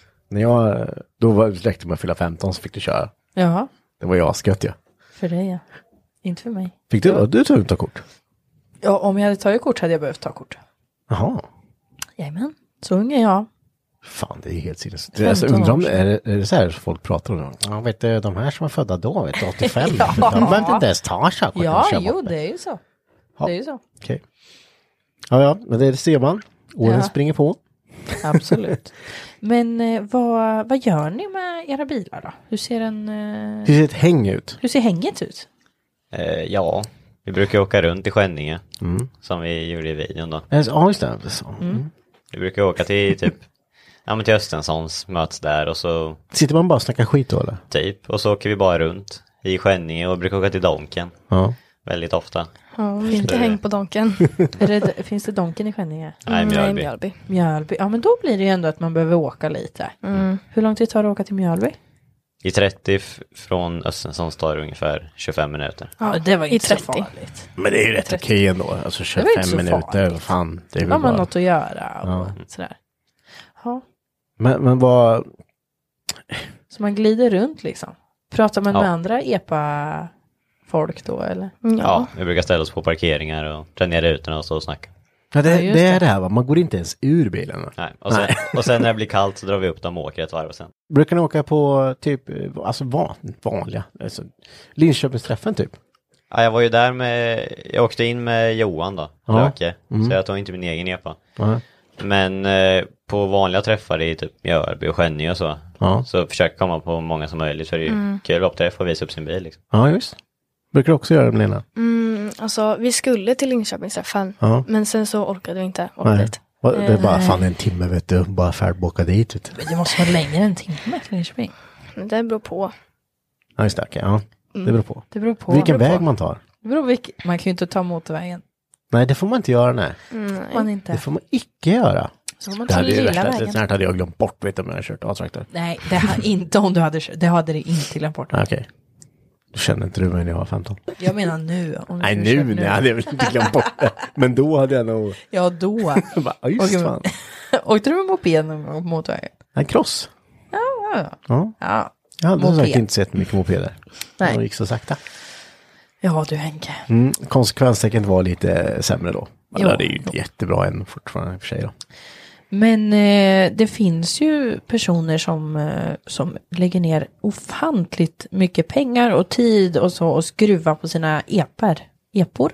Då räckte med att fylla 15 så fick du köra. Ja, Det var jag skött, ja. för dig ja. Inte för mig. Fick du tog ta kort? Ja, om jag hade tagit kort hade jag behövt ta kort. Jaha. Jajamän, så ung är jag. Fan, det är helt sinnes. Alltså, undrar om är det så här som folk pratar om? Ja, vet du, de här som var födda då, vet du, 85. De behövde inte ens ta körkort. Ja, jo, det är ju så. Ja. Det är ju så. Okej. Ja, men det ser man. Åren springer på. Absolut. Men vad gör ni med era bilar då? Hur ser Det ser ett häng ut. hur ser hänget ut? Ja, vi brukar åka runt i Skänninge. Som vi gjorde i videon då. Ja, just det. Så. Vi brukar åka till typ till Östenssons, möts där och så Sitter man bara och snackar skit då, eller? typ. Och så åker vi bara runt i Skänninge och brukar åka till Donken. Ja. Väldigt ofta. Ja, mycket häng på Donken. Finns det Donken i Skänninge? Nej, Mjölby. Mjölby. Mjölby. Ja, men då blir det ju ändå att man behöver åka lite. Hur lång tid tar det att åka till Mjölby? I 30 från Östenssons tar det ungefär 25 minuter. Ja, det var i inte så 30. farligt. Men det är ju rätt okej ändå. Alltså Det var inte 25 så minuter, farligt. vad fan. Det är väl Har man bara... något att göra och sådär. Ja, Men vad... så man glider runt liksom. Pratar man Ja. med andra EPA-folk då, eller? Ja, vi brukar ställa oss på parkeringar och dränera rutorna och stå och snacka. Ja, Ja, just det är det. det här, va? Man går inte ens ur bilen. Va? Nej. Och sen när det blir kallt så drar vi upp dem och åker ett varv sen. Brukar ni åka på typ, alltså vanliga, alltså Linköpingsträffen typ? Ja, jag var ju där jag åkte in med Johan då, Ja. Löke. Så jag tog inte min egen EPA. Ja. Men på vanliga träffar i typ Mjölby och Skänninge och så. Ja. Så försöker komma på många som möjligt för det är ju kul att träffa och visa upp sin bil liksom. Ja, just. Brukar du också göra det, Lena? Alltså, vi skulle till Linköpingsträffen. Ja. Men sen så orkade vi inte åka Nej. dit. Det är bara fan en timme, vet du. Bara färdboka dit, vet du. Men det måste vara längre än en timme till Linköping. Men det beror på. Ja, just det. Okej, ja. Det beror på. Det beror på. Vilken Det beror väg på. man tar. Det beror på man kan ju inte ta motorvägen. Nej, det får man inte göra, nej. Man inte. Det får man icke göra. Så får man Det ta hade ju lilla rätt. vägen. Det här hade jag glömt bort, vet du, om jag hade kört A-traktor. Nej, det har inte om du hade kört. Det hade det inte glömt bort. Nej, okej. Då känner inte du mig när jag var 15. Jag menar nu. Om du Nej, skulle nu köpa hade jag väl inte glömt bort det. Men då hade jag nog... Ja, då. bara, ja, just Okej, fan. Åkte du med moped någon gång på motorvägen? En cross. Ja. Ja. Ja. Jag hade som Moped. sagt inte sett mycket mopeder. Nej. De gick så sakta. Ja, du Henke. Konsekvenstecken var lite sämre då. Jo. Ja, det är ju jättebra än fortfarande för sig då. Men det finns ju personer som lägger ner ofantligt mycket pengar och tid och så och skruvar på sina epor.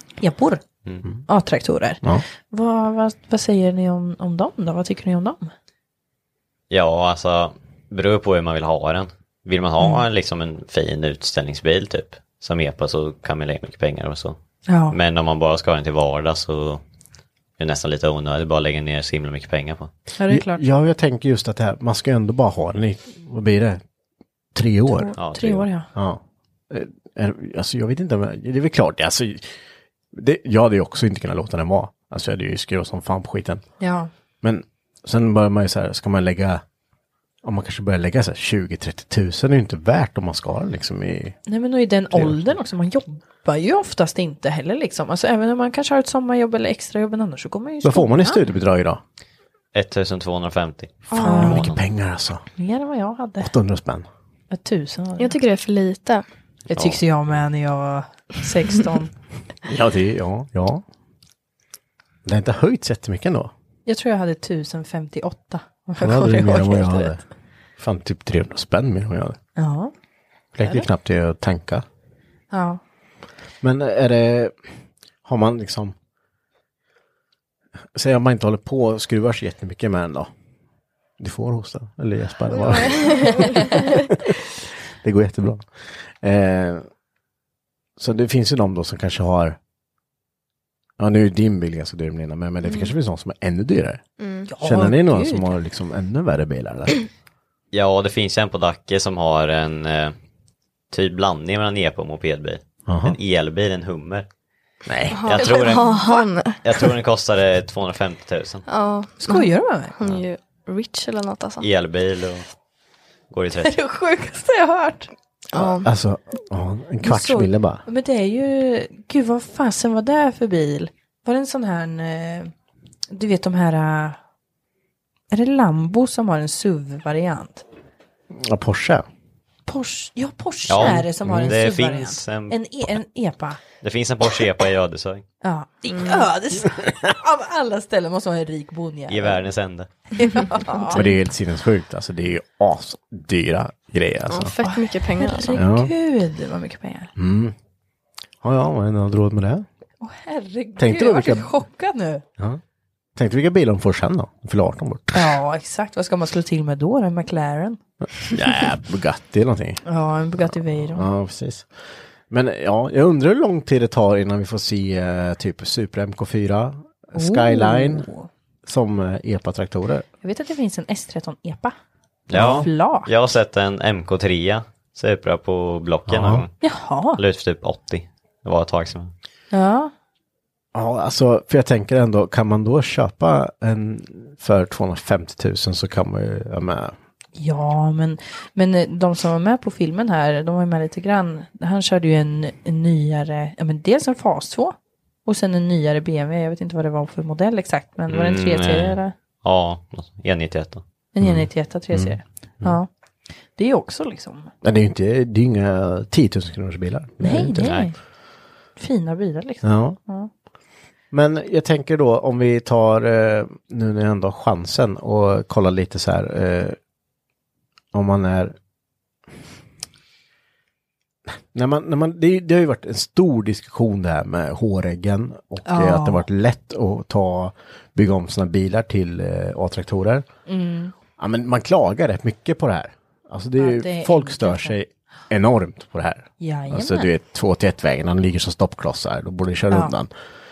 A-traktorer. Ja. Vad säger ni om dem då? Vad tycker ni om dem? Ja, alltså beror på hur man vill ha den. Vill man ha liksom en fin utställningsbil typ som EPA så kan man lägga mycket pengar och så. Ja. Men om man bara ska ha den till vardag så är det nästan lite onödigt bara lägga ner så himla mycket pengar på. Ja, det är klart. Ja, jag tänker just att det här, man ska ändå bara ha den i, vad blir det? 3 år? Ja, 3 år, ja. Ja. Alltså jag vet inte, det är väl klart, alltså, jag hade ju också inte kunnat låta den vara. Alltså jag hade ju skruvat som fan på skiten. Ja. Men sen börjar man ju så här, ska man lägga, om man kanske börjar lägga så här 20-30 tusen är ju inte värt om man ska ha den liksom i... Nej, men och i den åldern också, man jobbar ju oftast inte heller liksom. Alltså även om man kanske har ett sommarjobb eller extrajobb, annars så går man ju i Vad får man i skolan. studiebidrag idag? 1250. Fan, vad mycket pengar alltså. Mer än vad jag hade. 800 spänn. 1000 hade Jag tycker det är för lite. Det tyckte jag med när jag var 16. Ja, ja. Det har inte höjt jättemycket ändå. Jag tror jag hade 1058. Ja, det är mer än vad jag hade. Fan, typ 300 spänn mer än vad jag hade. Ja. Räckte knappt till att tanka. Ja. Men har man liksom, säg om man inte håller på och skruvar sig jättemycket med den då. Du får hosta, eller gäspa eller vad. Det går jättebra. Så det finns ju de då som kanske har, ja nu är din bil ganska dyr Lena, men det kanske finns någon som är ännu dyrare. Känner ni någon som har liksom ännu värre bilar där? Ja, det finns en på Dacke som har en typ blandning mellan epa och mopedbil. En elbil, en Hummer. Nej, jag tror den kostade 250 000. Ja. Skojar du med mig? Hon är ju rich eller något alltså. Elbil och går i 30. Det är det sjukaste jag har hört. Ja. Alltså, en kvarts mille bara. Men det är ju, gud vad fasen var det för bil? Var det en sån här, du vet de här, är det Lambo som har en SUV-variant? Ja, Porsche. Porsche är det som har en SUV-variant. Finns en EPA. Det finns en Porsche EPA i Ödeshög. Ja, i Ödeshög. Av alla ställen måste vara en rik bonjävel. I världens ände. Men det är helt sinnessjukt. Alltså det är ju asdyra grejer. Alltså. Ja, fett mycket pengar alltså. Herregud, vad mycket pengar. Ja, men har du råd med det? Herregud, Tänkte jag är chockad nu. Ja. Tänkte vilka bilar de får sen då? För 18 bort. Ja, exakt. Vad ska man slå till med då? En McLaren? Ja, Bugatti eller någonting. Ja, en Bugatti Veyron. Ja, precis. Men ja, jag undrar hur lång tid det tar innan vi får se typ Super MK4, Skyline som EPA-traktorer. Jag vet att det finns en S13 EPA. Ja, Flak. jag har sett en MK3 Supra på blocken. Jaha. Eller ut typ 80. Det var ett tag sedan. Ja. Ja, alltså, för jag tänker ändå, kan man då köpa en för 250 000 så kan man ju, Ja, men de som var med på filmen här, de var med lite grann. Han körde ju en nyare, dels en Fas 2 och sen en nyare BMW. Jag vet inte vad det var för modell exakt, men var det en 3-serie eller? Ja, en 91. En 91 3-serie. Ja. Det är ju också liksom. Men det är ju inga 10 000 kronors bilar. Nej. Fina bilar liksom. Ja. Men jag tänker då, om vi tar, nu när jag ändå har chansen och kolla lite så här, om man är, det har ju varit en stor diskussion det här med hårreggen och att det har varit lätt att bygga om sina bilar till A-traktorer. Ja, men man klagar rätt mycket på det här. Alltså folk stör sig enormt på det här. Jajamän. Alltså du vet 2-1-vägen, han ligger som stoppklossar, då borde köra undan.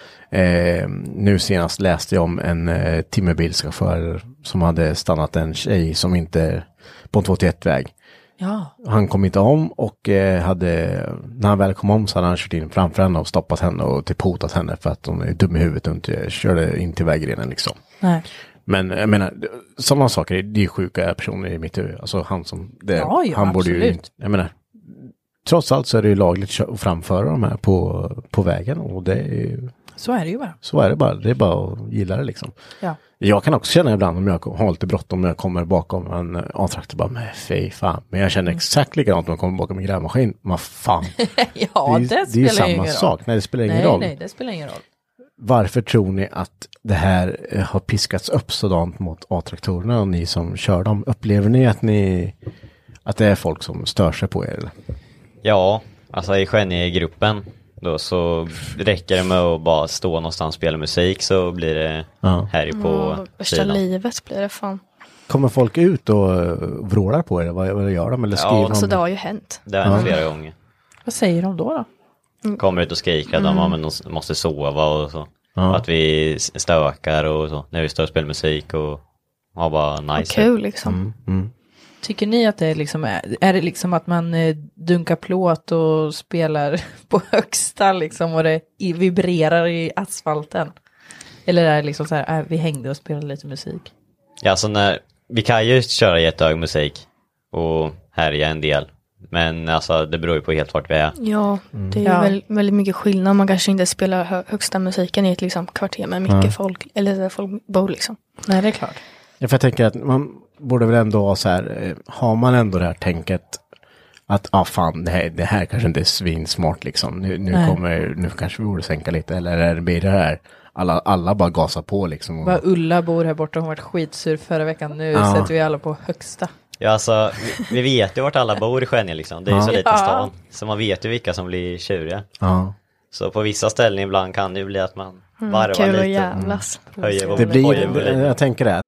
Nu senast läste jag om en timmerbilschaufför som hade stannat en tjej som inte på en 2-1-väg. Ja. Han kom inte om och när han väl kom om så hade han kört in framför henne och stoppat henne och typ hotat henne för att hon är dum i huvudet och inte körde in till vägrenen liksom. Nej. Men jag menar, sådana saker, det är sjuka personer i mitt huvud. Alltså han som, han borde ju, jag menar, trots allt så är det ju lagligt att framföra de här på vägen och det är ju, så är det ju bara. Så är det bara. Det är bara att gilla det liksom. Ja. Jag kan också känna ibland om jag har lite bråttom när jag kommer bakom en A-traktor bara med fy fan. Men jag känner exakt likadant om jag kommer bakom en grävmaskin. Men fan. Ja, det spelar samma ingen sak. roll. Nej, det spelar ingen roll. Nej, det spelar ingen roll. Varför tror ni att det här har piskats upp sådant mot A-traktorerna och ni som kör dem? Upplever ni att det är folk som stör sig på er? Eller? Ja, alltså i Skänje-gruppen då så räcker det med att bara stå någonstans och spela musik så blir det här på värsta livet blir det fan. Kommer folk ut och vrålar på er? Vad gör de? Eller skriver alltså det har ju hänt. Det har hänt flera gånger. Vad säger de då? Kommer ut och skriker att de måste sova och så. Att vi stökar och så. När vi står och spelar musik och har bara nice. Kul liksom. Tycker ni att det är liksom, är det liksom att man dunkar plåt och spelar på högsta liksom och det vibrerar i asfalten? Eller är det liksom så här, vi hängde och spelade lite musik? Ja, så vi kan ju köra jättehög musik och härja en del. Men alltså det beror ju på helt vart vi är. Ja, det är ju väldigt mycket skillnad. Man kanske inte spelar högsta musiken i ett liksom kvarter med mycket folk. Eller där folk bor liksom. Nej, det är klart. Ja, för jag tänker att man borde väl ändå ha så här, har man ändå det här tänket att fan, det här kanske inte är svinsmart liksom. Nu kanske vi borde sänka lite, eller blir det här alla bara gasar på liksom. Bara Ulla bor här borta, hon har varit skitsur förra veckan, nu sätter vi alla på högsta. Ja, alltså, vi vet ju vart alla bor i Skänninge liksom. Det är ju så liten stan. Så man vet ju vilka som blir tjuriga. Ja. Så på vissa ställen ibland kan det ju bli att man varvar kul lite. och jävlas. Det blir, jag tänker det.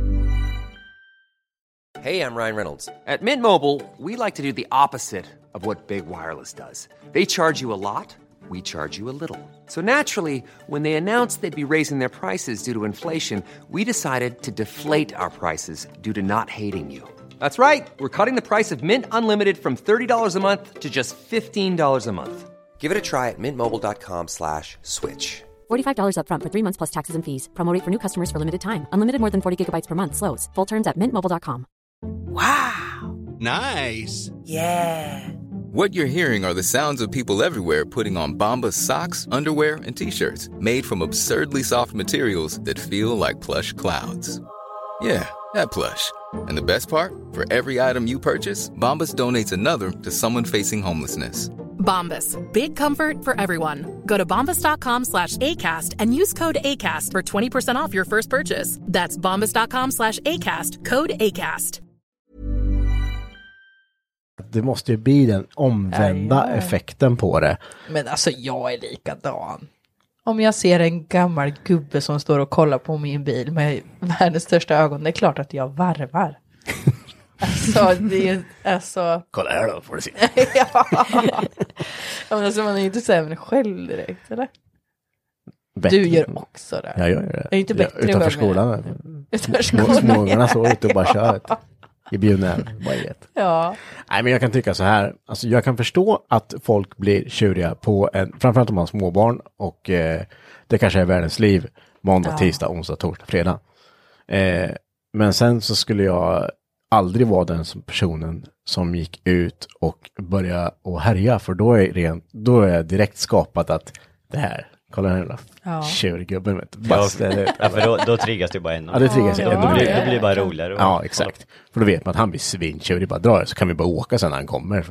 Hey, I'm Ryan Reynolds. At Mint Mobile, we like to do the opposite of what Big Wireless does. They charge you a lot, we charge you a little. So naturally, when they announced they'd be raising their prices due to inflation, we decided to deflate our prices due to not hating you. That's right. We're cutting the price of Mint Unlimited from $30 a month to just $15 a month. Give it a try at mintmobile.com/switch. $45 up front for 3 months plus taxes and fees. Promo rate for new customers for limited time. Unlimited more than 40 gigabytes per month. Slows full terms at mintmobile.com. Wow. Nice. Yeah. What you're hearing are the sounds of people everywhere putting on Bombas socks, underwear, and T-shirts made from absurdly soft materials that feel like plush clouds. Yeah, that plush. And the best part? For every item you purchase, Bombas donates another to someone facing homelessness. Bombas. Big comfort for everyone. Go to bombas.com/ACAST and use code ACAST for 20% off your first purchase. That's bombas.com/ACAST. Code ACAST. Det måste ju bli den omvända effekten på det. Men alltså jag är likadan. Om jag ser en gammal gubbe som står och kollar på min bil med världens största ögon, det är klart att jag varvar. Alltså, det är alltså... Kolla här då, får du se. Ja. Men alltså, man är inte sämre själv direkt, eller? Bättre. Du gör också det. Jag gör det. Jag är inte bättre utanför skolan. Småungarna står ute och bara kör i bjudnära. Ja. Nej, men jag kan tycka så här. Alltså, jag kan förstå att folk blir tjuriga på framförallt om man har småbarn och det kanske är världens liv. Måndag, tisdag, onsdag, torsdag, fredag. Men sen så skulle jag aldrig vara den personen som gick ut och började att härja, för då är direkt skapat att det här, kolla här då. Tjurgubben vet du. Ja, för då triggas det bara ännu. Ja, det triggas ännu. Då blir det bara roligare. Ja, exakt. För då vet man att han blir svintjurig, bara drar så kan vi bara åka sen när han kommer.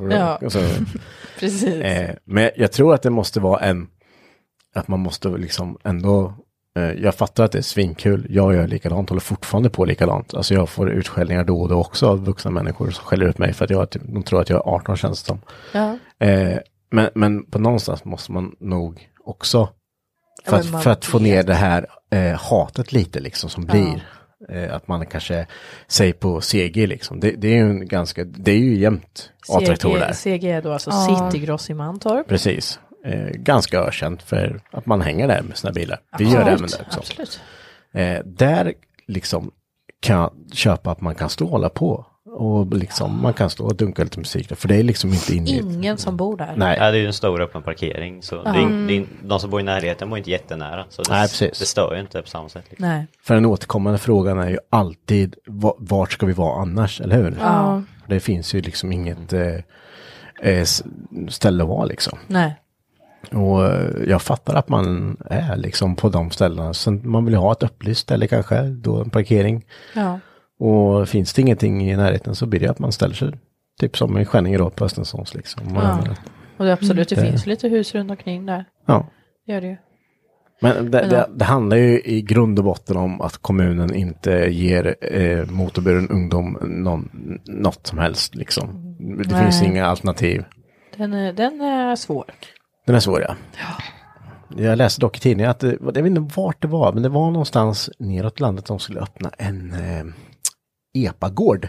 Precis. Men jag tror att det måste vara att man måste liksom ändå. Jag fattar att det är svinkul. Jag gör likadant, håller fortfarande på likadant. Alltså jag får utskällningar då och då också av vuxna människor som skäller ut mig för att de tror att jag är 18 känns som. Ja. Men på någonstans måste man nog också för att få ner det här hatet lite liksom som blir att man kanske säger på CG liksom. Det är ju jämnt A-traktor där. CG är då alltså Citygross i Mantorp. Precis. Ganska ökänt för att man hänger där med sina bilar. Vi gör det även där också. Absolut. Där liksom kan jag köpa att man kan stå och hålla på. Och liksom man kan stå och dunka lite musik där. För det är liksom inte inne. Ingen som bor där. Nej. Ja, det är ju en stor öppen parkering. Så de som bor i närheten bor inte jättenära. Så det stör ju inte på samma sätt. Liksom. Nej. För den återkommande frågan är ju alltid vart ska vi vara annars, eller hur? Ja. Det finns ju liksom inget ställe att vara liksom. Nej. Och jag fattar att man är liksom på de ställena. Sen man vill ha ett upplyst ställe kanske, då en parkering. Ja. Och finns det ingenting i närheten så blir det att man ställer sig typ som i Skänninge då på Östensons liksom. Ja. Och det absolut, det finns lite hus runt omkring där. Ja. Det gör det ju. Men det handlar ju i grund och botten om att kommunen inte ger motorburen ungdom något som helst liksom. Det finns inga alternativ. Den är svår. Den är svår, ja. Jag läste dock i tidningen att jag vet inte vart det var, men det var någonstans neråt landet som skulle öppna en epa-gård.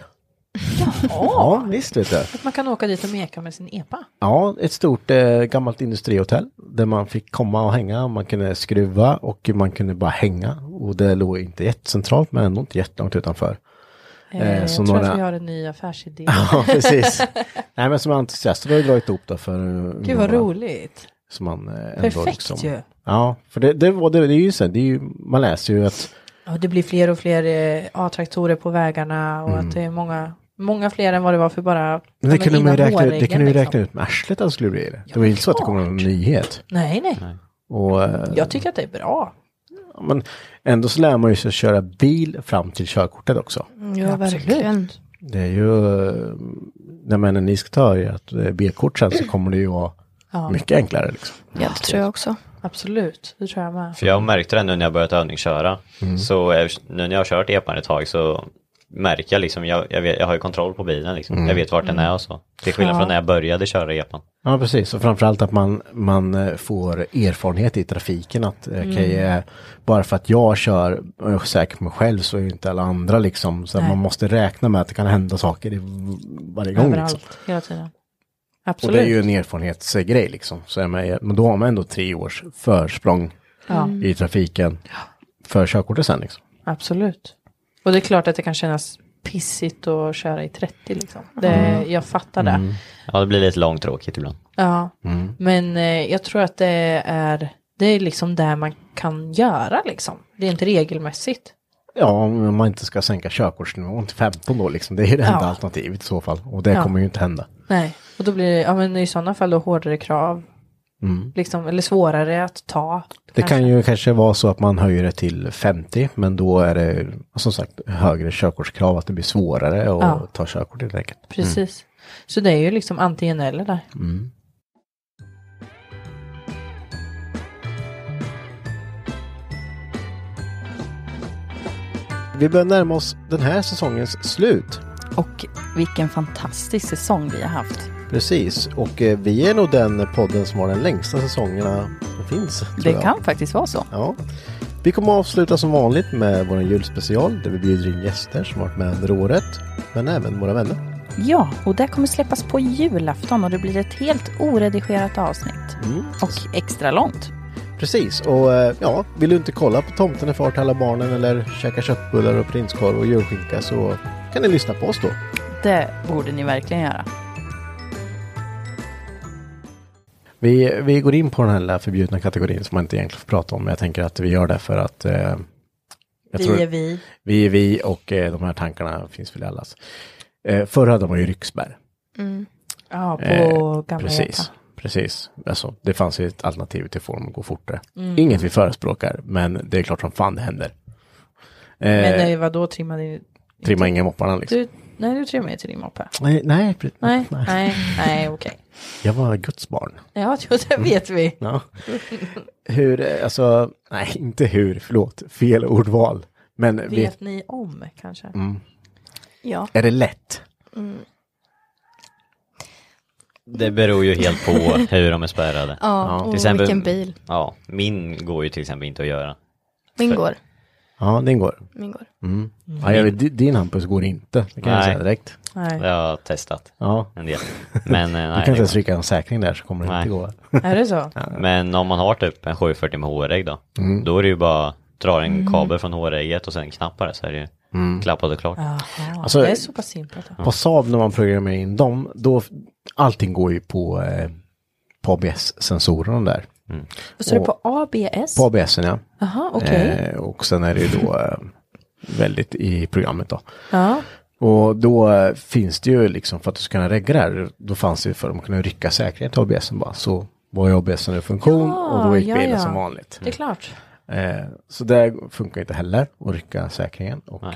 Ja, visst vet du. Att man kan åka dit och meka med sin epa. Ja, ett stort gammalt industrihotell där man fick komma och hänga. Man kunde skruva och man kunde bara hänga. Och det låg inte jättecentralt men ändå inte jättelångt utanför. Jag tror att vi har en ny affärsidé. Ja, precis. Nej, men som entusiast har vi dragit ihop då för... Gud vad roligt. Som man perfekt liksom, ju. Ja, för det är ju så. Det är ju, man läser ju att... Ja, det blir fler och fler A-traktorer på vägarna och att det är många fler än vad det var för bara... Men det kunde man ju räkna ut med arslet att det skulle bli det. Det var inte så att det kom någon nyhet. Nej. Och, jag tycker att det är bra. Men ändå så lär man ju sig köra bil fram till körkortet också. Ja, verkligen. Det är ju... när ni ska ta ert B-kort sen så kommer det ju vara mycket enklare liksom. Ja, det tror jag också. Absolut, det tror jag med. För jag märkte det nu när jag börjat övningsköra. Så nu när jag har kört epan ett tag så märker jag liksom, jag har ju kontroll på bilen liksom. Jag vet vart den är och så. Till skillnad från när jag började köra epan. Ja, precis. Och framförallt att man får erfarenhet i trafiken. Att bara för att jag kör säkert mig själv så är ju inte alla andra liksom. Så man måste räkna med att det kan hända saker varje gång. Överallt, liksom. hela tiden. Absolut. Och det är ju en erfarenhetsgrej liksom. Så men då har man ändå 3 års försprång i trafiken för körkortet sen liksom. Absolut. Och det är klart att det kan kännas pissigt att köra i 30 liksom. Jag fattar det. Ja, det blir lite långtråkigt ibland. Ja, men jag tror att det är liksom där man kan göra liksom. Det är inte regelmässigt. Ja, om man inte ska sänka körkortsnivån till 15 då liksom. Det är det enda alternativet i så fall. Och det kommer ju inte hända. Nej, och då blir det, men i sådana fall då hårdare krav. Liksom, eller svårare att ta. Det kan ju kanske vara så att man höjer det till 50, men då är det som sagt högre körkortskrav, att det blir svårare att ta körkort helt enkelt. Precis. Så det är ju liksom antingen eller där. Vi börjar närma oss den här säsongens slut. Och vilken fantastisk säsong vi har haft. Precis, och vi är nog den podden som har den längsta säsongerna som finns. Det kan faktiskt vara så. Ja. Vi kommer att avsluta som vanligt med vår julspecial där vi bjuder in gäster som varit med under året, men även våra vänner. Ja, och det kommer släppas på julafton och det blir ett helt oredigerat avsnitt. Och extra långt. Precis, och vill du inte kolla på Tomten är far till alla barnen eller käka köttbullar och prinskorv och julskinka så kan ni lyssna på oss då. Det borde ni verkligen göra. Vi går in på den här förbjudna kategorin som man inte egentligen får prata om. Men jag tänker att vi gör det för att vi är vi och de här tankarna finns väl i allas. Förr hade man ju ryxbär. Ja, på gamla Precis. Alltså, det fanns ju ett alternativ till form att gå fortare. Inget vi förespråkar, men det är klart som fan det händer. Men vad då trimma inga mopparna liksom. Du trimmar inte din moppe. Nej, okej. Jag var Guds barn. Ja, det vet vi. Ja. Förlåt, fel ordval. Men vet ni om kanske? Ja. Är det lätt? Det beror ju helt på hur de är spärrade. Ja, till exempel, vilken bil. Ja, min går ju till exempel inte att göra. Min går. Ja, den går. Min går. Ja, din Hampus går inte. Det kan jag säga direkt. Nej. Jag har testat en del. Men, du kan inte ens trycka en säkring där så kommer det inte gå. Är det så? Ja. Men om man har typ en 740 med hårägg då är det ju bara dra en kabel från hårägget och sen knappar det så är det ju klappat och klart. Alltså, det är så pass simpelt. På Saab när man programmerar in dem, då allting går ju på ABS-sensorerna där. Så är det på ABS? På ABSen, ja. Aha, okej. Och sen är det ju då väldigt i programmet då. Ja. Och då finns det ju liksom, för att du ska kunna regga det här, då fanns det ju för att man kunde rycka säkerhet till ABSen bara. Så var ju ABSen en funktion och då gick bilen som vanligt. Det är klart. Så det funkar inte heller att rycka säkringen. Och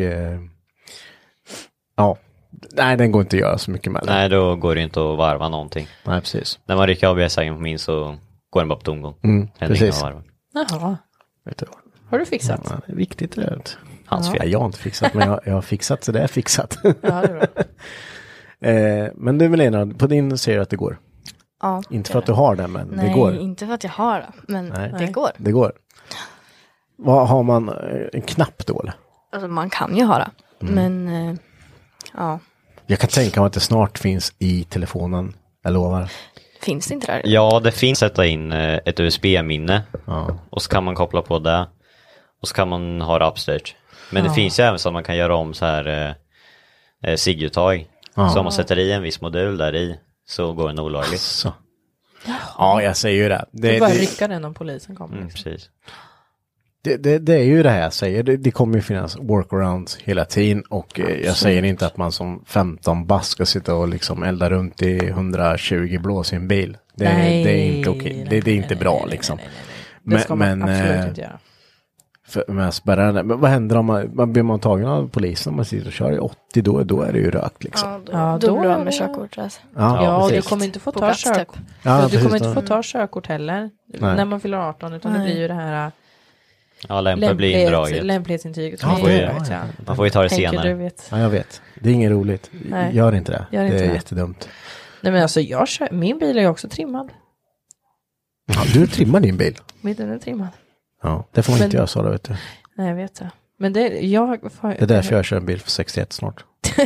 nej, den går inte att göra så mycket med det. Nej, då går det inte att varva någonting. Nej, precis. När man rycker ABS-sägen på min så går den bara på tomgång. Precis. Jaha. Vet du. Har du fixat? Ja, det är viktigt det där. Hans fel. Jag har inte fixat, men jag har fixat så det är fixat. Ja, det är bra. Men du Melina, på din ser att det går. Ja. Inte för att du har det, men det går. Nej, inte för att jag har det, men det går. Det går. Vad har man? En knapp då eller? Alltså man kan ju ha det, men ja. Jag kan tänka mig att det snart finns i telefonen, jag lovar. Finns det inte där? Ja, det finns sätta in ett USB-minne och så kan man koppla på det och så kan man ha det upstage. Men det finns ju även så att man kan göra om så här SIG-uttag. Så om man sätter i en viss modul där i så går den olagligt. Så. Ja, jag säger ju det. Det bara rycka den om polisen kommer. Precis. Det är ju det här jag säger. Det kommer ju finnas workarounds hela tiden. Och jag säger inte att man som 15 bass ska sitta och liksom elda runt i 120 blås i en bil. Det är inte okej. Det är inte bra liksom. Det ska man absolut inte göra. med spärrarna. Men vad händer om man blir man tagen av polisen om man sitter och kör i 80, då är det ju rökt liksom. Då blir man med körkort. Alltså. Ja, du kommer inte få ta körkort. Du kommer inte få ta körkort heller när man fyller 18, utan det blir ju det här lämplighetsintyget. Man får ju ta det senare. Ja, jag vet. Det är inget roligt. Gör inte det. Det är jättedumt. Nej, men alltså min bil är ju också trimmad. Ja, du trimmar din bil? Den är trimmad. Ja, det får man inte göra så då, vet du. Nej, jag vet det. Men det är därför jag kör en bil för 61 snart.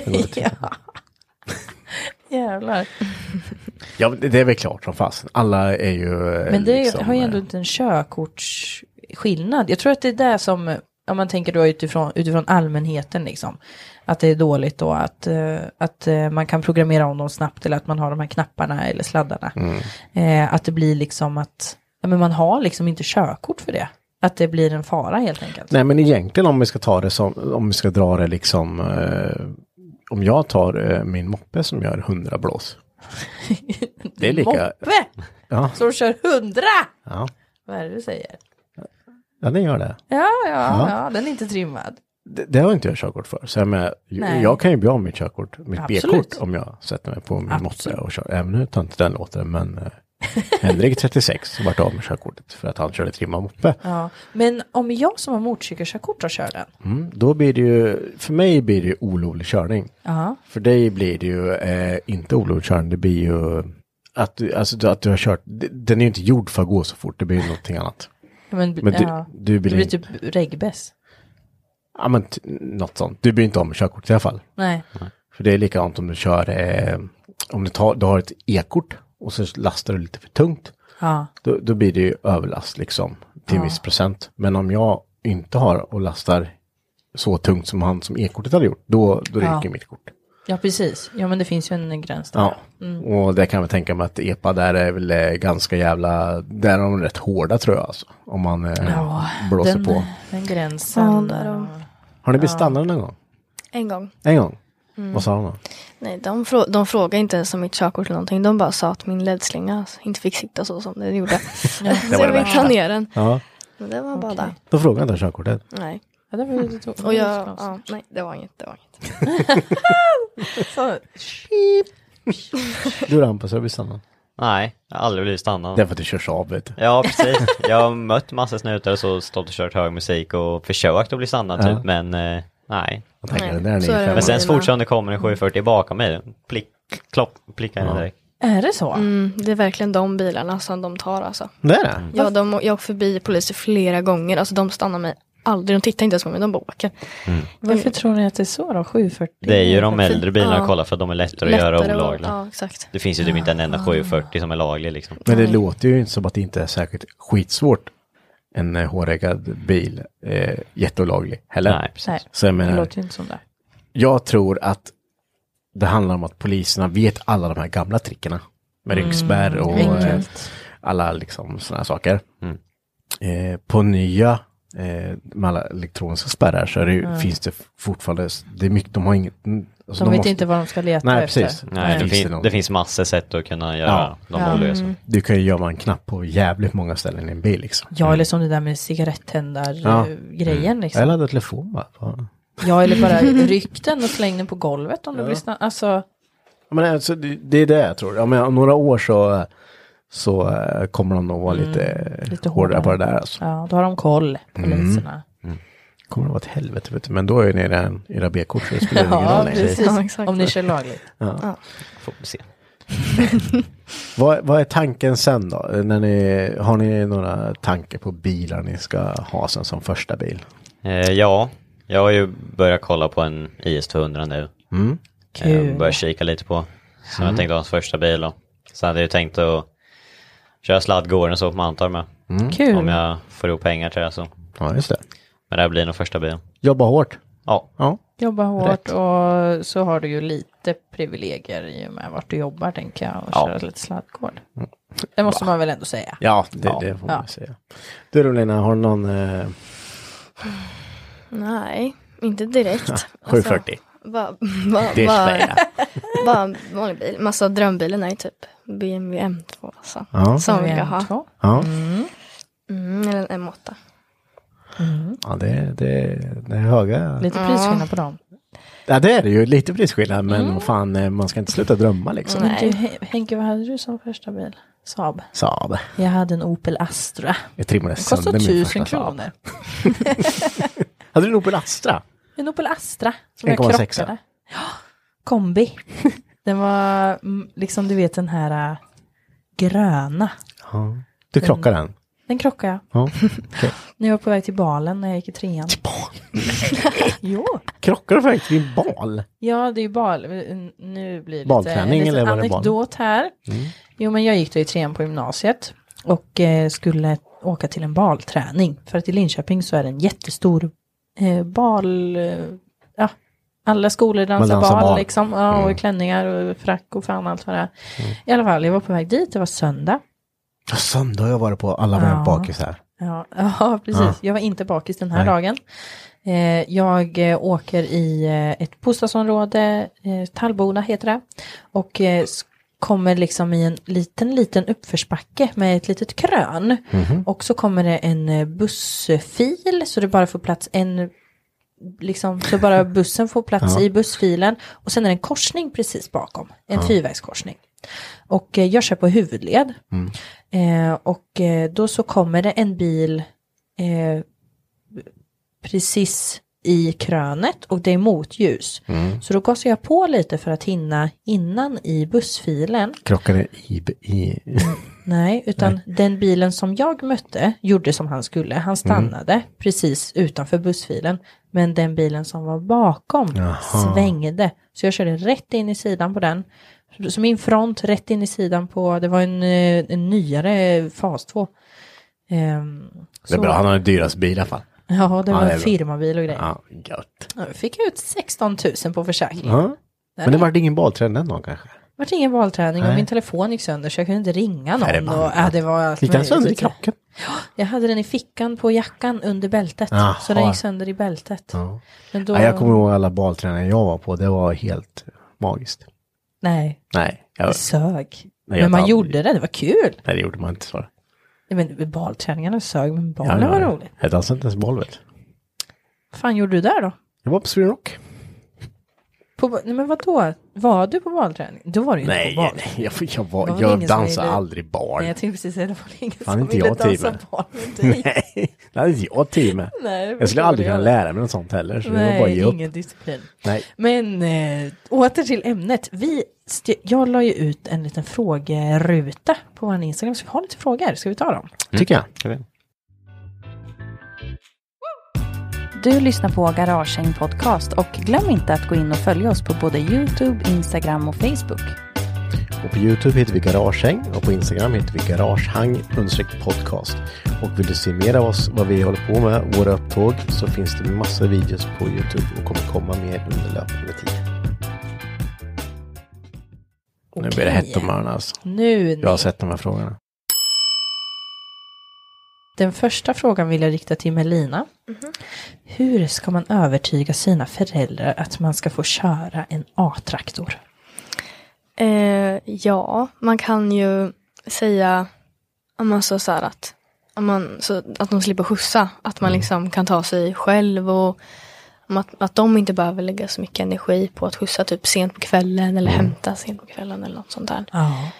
Jävlar. Ja, det är väl klart som fast. Alla är ju... Men det liksom, har ju ändå inte en körkortsskillnad. Jag tror att det är där som, om man tänker då utifrån allmänheten liksom, att det är dåligt då att man kan programmera om dem snabbt, eller att man har de här knapparna eller sladdarna. Att det blir liksom att men man har liksom inte körkort för det. Att det blir en fara helt enkelt. Nej, men egentligen om vi ska ta det som, om vi ska dra det liksom, om jag tar min moppe som gör 100 blås. Det är lika... Moppe? Ja. Så du kör 100? Ja. Vad är det du säger? Ja, den gör det. Ja, den är inte trimmad. Det har inte jag körkort för. Så jag kan ju bli av mitt körkort, mitt B-kort, om jag sätter mig på min moppe och kör. Även nu tar inte den låter, men Henrik 36 vart av med körkortet för att han körde trimmad moppe. Ja, men om jag som har motorcykelkörkort och kör den. Då blir det ju, för mig blir det ju olovlig körning. För dig blir det ju inte olovlig körning, det blir ju att du har kört, den är ju inte gjord för att gå så fort, det blir ju någonting annat. Men du blir typ regbäs. Ja, men något sånt. Du blir inte av med körkort i alla fall. Nej. För det är likadant om du kör, om du har ett e-kort och så lastar du lite för tungt. Ja. Då blir det ju överlast liksom till en viss procent. Men om jag inte har och lastar så tungt som han som e-kortet hade gjort, då ryker mitt kort. Ja, precis. Ja, men det finns ju en gräns där. Ja, och det kan vi tänka mig att EPA där är väl ganska jävla, där är de rätt hårda tror jag alltså. Om man blåser på. Den gränsen. Har ni blivit stannade någon gång? En gång. En gång? Vad sa de då? Nej, de frågade inte ens om mitt körkort eller någonting. De bara sa att min ledslinga inte fick sitta så som det gjorde. Så jag fick ta ner den. Ja. Men det var bara där. De frågade inte körkortet? Nej. Ja, det var lite och nej, det var inget. Så, du Rampas, har du blivit stannad? Nej, jag har aldrig blivit stannad. Det är för att du körs av, vet du. Ja, precis. Jag har mött massa snutar och så stått och kört hög musik och försökt att bli stannad typ, men nej. Men sen fortfarande kommer en 740 bakom mig. Plickar den direkt. Är det så? Det är verkligen de bilarna som de tar alltså. Det är det? Ja, jag åker förbi poliser flera gånger. Alltså de stannar mig aldrig. De tittar inte ens på mig, de bara åker. Varför tror ni att det är så då? 740? Det är ju de äldre bilarna kolla för att de är lättare att göra olagliga. Ja, exakt. Det finns ju typ inte en enda 740 som är laglig liksom. Men det låter ju inte som att det inte är säkert skitsvårt. En håräggad bil jätteolaglig heller. Nej, precis. Så jag menar, det låter ju inte som det. Jag tror att det handlar om att poliserna vet alla de här gamla trickerna. Med ryggspärr och alla liksom såna här saker. På nya med alla elektroniska spärrar så är det ju, finns det fortfarande, det är mycket, de har inget, alltså de vet inte vad de ska leta efter. Precis. Nej, det finns massor sätt att kunna göra de olösa. Du kan ju göra en knapp på jävligt många ställen i en bil liksom. Ja, eller som det där med cigarettändar-grejen liksom. Eller hade telefon bara. Ja, eller bara ryck den och släng den på golvet om du blir snabbt. Alltså... Men alltså, det är det jag tror. Ja, men om några år så kommer de nog vara lite hårdare på det där. Alltså. Ja, då har de koll, poliserna. Kommer det vara ett helvete, vet du. Men då är ni era B-kort så det spelar ingen roll. Precis. Om ni kör lagligt. Ja. Får vi se. Vad är tanken sen då? Har ni några tankar på bilar ni ska ha sen som första bil? Ja, jag har ju börjat kolla på en IS200 nu. Kul. Börjar kika lite på. Så jag tänkte ha en första bil då. Sen hade jag tänkt att köra sladdgården så på Mantar med. Kul. Om jag får ihop pengar till det så. Ja, just det. Men det här blir nog första bilen. Jobba hårt. Ja. Jobba hårt och så har du ju lite privilegier i och med vart du jobbar, tänker jag. Och köra lite sladdgård. Det måste man väl ändå säga. Ja, det får man säga. Du Rolina, har du någon... Nej, inte direkt. 740. Bara vanlig bil. Massa drömbilen är typ BMW M2 alltså. Som vi ska ha. Ja. Eller en M8. Ja, det är höga. Lite prisskillnad på dem. Ja, det är det ju. Lite prisskillnad, men vad fan, man ska inte sluta drömma liksom. Men du, Henke, vad hade du som första bil? Saab. Jag hade en Opel Astra. Jag trimmade sönder min min första 1000 kronor. Hade du en Opel Astra? En Opel Astra som 1,6. jag krockade. Ja, kombi. Den var liksom, du vet, den här gröna. Ja. Du krockade den? Den krockade jag. Ja. Okay. När jag var på väg till balen när jag gick i 3:an. Till bal? Jo. Krockade du på väg till din bal? Ja, det är ju bal. Nu blir det balträning lite eller var det anekdot här. Jo, men jag gick då i 3:an på gymnasiet. Och skulle åka till en balträning. För att i Linköping så är det en jättestor bal... alla skolor dansar bal liksom. Ja, och klänningar och frack och fan allt vad det är. I alla fall, jag var på väg dit. Det var söndag. Ja, söndag har jag varit på alla var bakis här. Ja, precis. Ja. Jag var inte bakis den här dagen. Jag åker i ett bostadsområde, Tallboda heter det. Och kommer liksom i en liten uppförsbacke med ett litet krön. Och så kommer det en bussfil så det bara får plats liksom, så bara bussen får plats i bussfilen. Och sen är det en korsning precis bakom. En fyrvägskorsning. Och jag kör på huvudled. Och då så kommer det en bil precis i krönet och det är motljus. Så då gasar jag på lite för att hinna innan i bussfilen. Krockade i... Nej, utan den bilen som jag mötte gjorde som han skulle. Han stannade precis utanför bussfilen. Men den bilen som var bakom svängde. Så jag körde rätt in i sidan på den. Så min front rätt in i sidan på, det var en nyare fas 2. Det är bra, han har en dyrast bil i alla fall. Ja, det var en firmabil och grejer. Ja, gött. Jag fick ut 16 000 på försäkring. Ja. Men det var ingen balträning den någon kanske? Det var ingen balträning och min telefon gick sönder så jag kunde inte ringa någon. Det var allt gick den sönder i krocken? Ja, jag hade den i fickan på jackan under bältet. Så den gick sönder i bältet. Ja. Men då... jag kommer ihåg alla balträningar jag var på. Det var helt magiskt. Nej. Det sög. Nej, men man gjorde det var kul. Nej, det gjorde man inte så. Men balträningarna sög, men balen var roligt. Jag dansade inte ens boll, vet. Fan gjorde du där då? Jag var på Sweden Rock. Nej, men vadå? Var du på balträning? Då var du inte på bal. Nej, jag dansar aldrig bal. Nej, jag tänkte precis säga det var ingen fan, som inte ville jag dansa bal med dig. Nej, det hade inte jag tid med. Nej, jag skulle aldrig kunna lära mig något sånt heller. Så nej, det var bara ge upp. Ingen disciplin. Nej. Men åter till ämnet. Jag la ju ut en liten frågeruta på vår Instagram. Så vi har lite frågor. Ska vi ta dem? Tycker jag. Du lyssnar på Garagehäng podcast och glöm inte att gå in och följa oss på både YouTube, Instagram och Facebook. Och på YouTube heter vi Garagehäng och på Instagram heter vi Garagehang_podcast. Och vill du se mer av oss, vad vi håller på med, våra upptåg, så finns det massa videos på YouTube och kommer komma mer under löpande tid. Nu blir det hett om öronen alltså. Jag har sett de här frågorna. Den första frågan vill jag rikta till Melina. Hur ska man övertyga sina föräldrar att man ska få köra en A-traktor? Man kan ju säga så här att de slipper skjutsa. Att man liksom kan ta sig själv och att de inte behöver lägga så mycket energi på att skjutsa typ sent på kvällen eller hämta sent på kvällen eller något sånt där. Ja.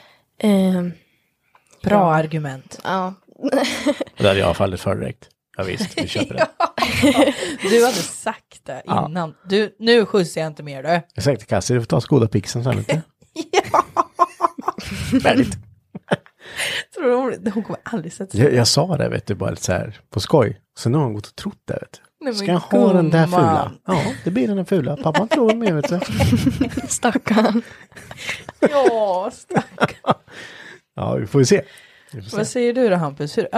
Bra argument. Ja. Det hade jag fallit för direkt. Ja visst, vi köper det. Du hade sagt det innan. Nu skjutsar jag inte mer du. Jag sa till Kassi, du får ta Skoda Pixen sen lite. Ja. Färdigt. Tror hon kommer aldrig sätta sig. Jag sa det, vet du, bara lite så här på skoj. Så nu har hon gått och trott det, vet du. Ska jag ha den där fula? Ja, det blir den fula. Pappa tror mig, vet du. Stackarn. Ja, stackarn. Ja, vi får se. Vad säger du då, Hampus? Hur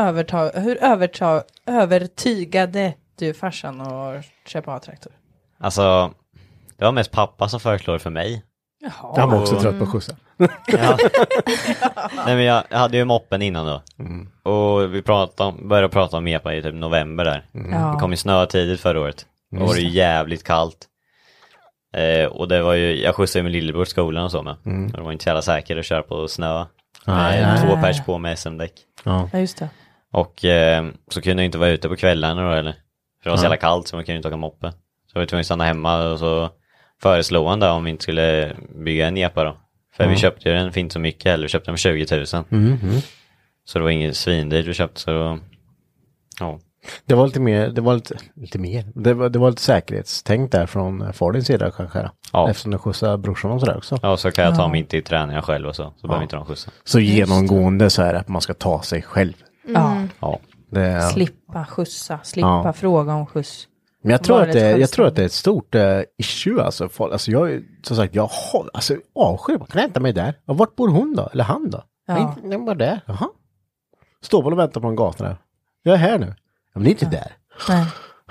övertygade du farsan att köpa A-traktor? Alltså, det var mest pappa som föreslår för mig. Jaha. Han var också trött på skjutsen. Ja. Nej, men jag hade ju moppen innan då. Och vi började prata om EPA i typ november där. Det kom ju snö tidigt förra året. Och det var ju jävligt kallt. Och det var ju, jag skjutsade ju med lillebror till skolan och så med. Och det var inte så jävla säkert att köra på snö. Med 2 pers på med SM-däck. Ja, just det. Och så kunde jag inte vara ute på kvällarna då, eller För det var så jävla kallt så man kunde inte åka moppe. Så vi tvungen att stanna hemma och så föreslog han då om vi inte skulle bygga en epa då. För vi köpte ju den för inte så mycket heller. Vi köpte den för 20 000. Så det var ingen svindyrt vi köpte. Så ja. Det var lite mer, det var lite säkerhetstänk där från far din sida kanske. Ja. Eftersom du skjutsar brorsan och sådär också. Ja, så kan jag ta mig inte i träningar själv och så behöver inte de skjutsa. Så genomgående så är det att man ska ta sig själv. Ja. Det, slippa skjutsa, slippa fråga om skjuts. Men jag tror att det är ett stort issue alltså. Alltså jag, som sagt, avskyr, man kan hämta mig där. Och vart bor hon då? Eller han då? Ja. Den var där. Jaha. Står väl och väntar på en gata där. Jag är här nu. Men det är inte där. Nej.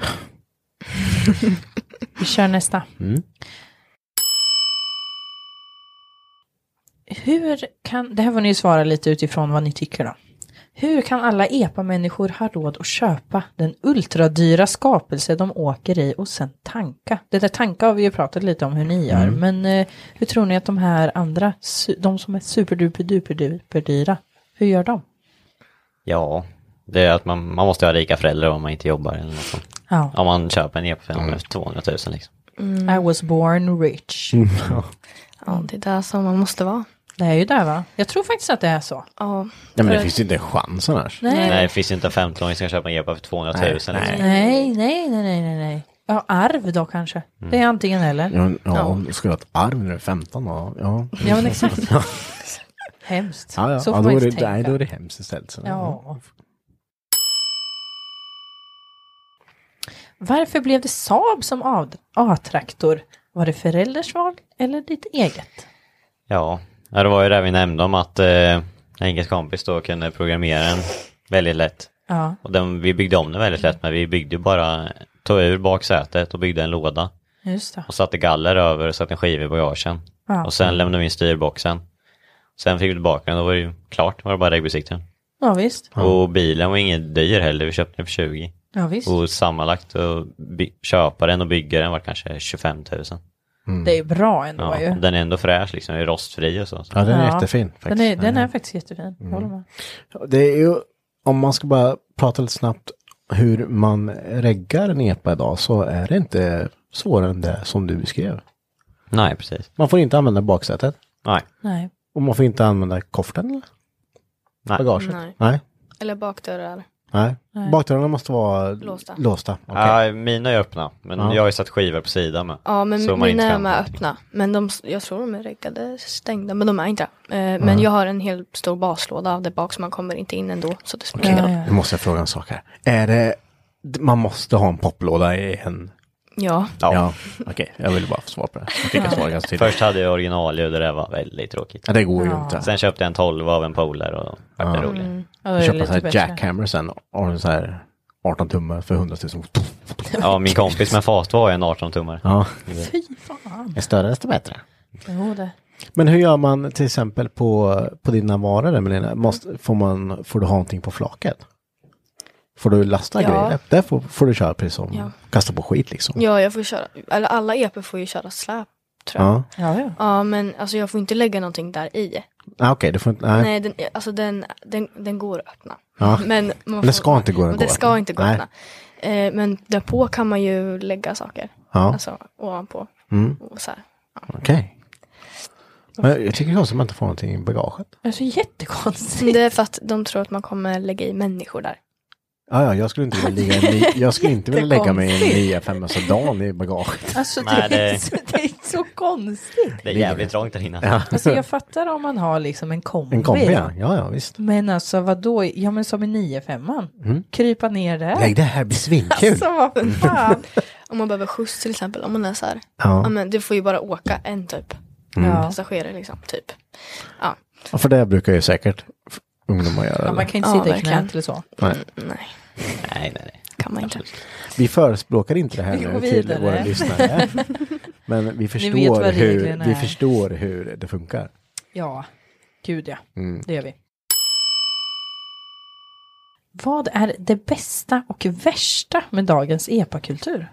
Vi kör nästa. Hur kan, det här får ni svara lite utifrån vad ni tycker då. Hur kan alla epa-människor ha råd att köpa den ultradyra skapelse de åker i och sen tanka? Det där tanka har vi ju pratat lite om hur ni gör. Men hur tror ni att de här andra, de som är superduperdyra, hur gör de? Ja, det är att man måste ha rika föräldrar om man inte jobbar eller något sånt. Ja. Om man köper en epa för 200 000 liksom. I was born rich. Ja, det är där som man måste vara. Det är ju där va? Jag tror faktiskt att det är så. Ja. Nej, men det finns ju inte en chans annars. Nej, det finns ju inte en 15-åring som ska köpa en epa för 200 000. Nej. Ja, arv då kanske. Det är antingen eller. Ja. Ska du ha ett arv när du är 15 då? Ja, men exakt. Hemskt. Ja. Så får man inte tänka. Nej, då är det hemskt istället. Så. Ja. Varför blev det Saab som A-traktor? Var det förälders val eller ditt eget? Ja, det var ju där vi nämnde om att Enkes kompis då kunde programmera den väldigt lätt. Ja. Och vi byggde om den väldigt lätt, men vi byggde ju bara, tog ur baksätet och byggde en låda. Just det. Och satte galler över och satte en skiva i bagagen. Ja. Och sen lämnade vi in styrboxen. Sen fick vi tillbaka den, då var det ju klart, var det bara regbesiktaren. Ja, visst. Och bilen var ingen dyr heller, vi köpte den för 20. Ja, visst. Och sammanlagt och köpa den och bygga den var kanske 25 000. Det är bra ändå ju. Den är ändå fräsch liksom, är rostfri och så. Ja, den är jättefin faktiskt. Den är faktiskt jättefin, håller med. Det är ju, om man ska bara prata lite snabbt hur man reggar en epa idag, så är det inte svårare än det som du beskrev. Nej, precis. Man får inte använda baksätet. Nej. Och man får inte använda koften eller? Nej. Bagaget? Nej. Eller bakdörrar. Nej. Bakdörrarna måste vara låsta. Okay. Ja, mina är öppna. Men jag har ju satt skivor på sidan med. Ja, men så mina är med öppna. Men jag tror de är reggade stängda. Men de är inte. Men jag har en hel stor baslåda av det bak, så man kommer inte in ändå. Så det spelar ingen roll. Nu måste jag fråga en sak här. Är det, man måste ha en poplåda i en... Ja. Okej. Jag ville bara få svar på det. Jag fick svar ganska tydligt. Först hade jag originalljud och det var väldigt tråkigt. Ja, det går ju inte. Sen köpte jag en 12 av en Polar och det var roligt. Jag köpte så här jackhammer sen och en så här 18 tummar för 100 000. Ja, min kompis med fast var en 18 tummar. Ja. Fy fan. Är större desto bättre. Jo, det. Men hur gör man till exempel på dina varor, Melina? Får du ha någonting på flaket? Får du lasta grejer? Där får du köra precis som kasta på skit liksom. Ja, jag får köra. Eller alla EP får ju köra släp, tror jag. Ja, men alltså jag får inte lägga någonting där i. Okej, du får inte... Nej, den går att öppna. Ja. Men det ska inte gå att öppna. Det ska inte gå att öppna. Men därpå kan man ju lägga saker. Ja. Alltså ovanpå. Och så här. Ja. Okej. Men jag tycker också att man inte får någonting i bagaget. Det är så jättekonstigt. Det är för att de tror att man kommer lägga i människor där. Ja, jag skulle inte vilja lägga mig en 9-5 dagen i bagaget. Alltså det är så konstigt. Det är jävligt trångt där inne. Ja. Alltså jag fattar om man har liksom en kombi. En kombi, ja visst. Men alltså vadå? Ja, men som i 9-5. Krypa ner där. Nej, det här blir svinkul. Alltså vad fan. Om man behöver skjuts till exempel. Om man är så här. Ja, men det får ju bara åka en typ. Passagerare liksom, typ. Ja. Och för det brukar ju säkert ungdomar göra. Ja, man kan inte sitta i knät eller så. Nej. Kan man inte. Vi förespråkar inte det här nu till våra lyssnare. Men vi förstår hur det funkar. Ja, gud ja. Det gör vi. Vad är det bästa och värsta med dagens epa-kultur?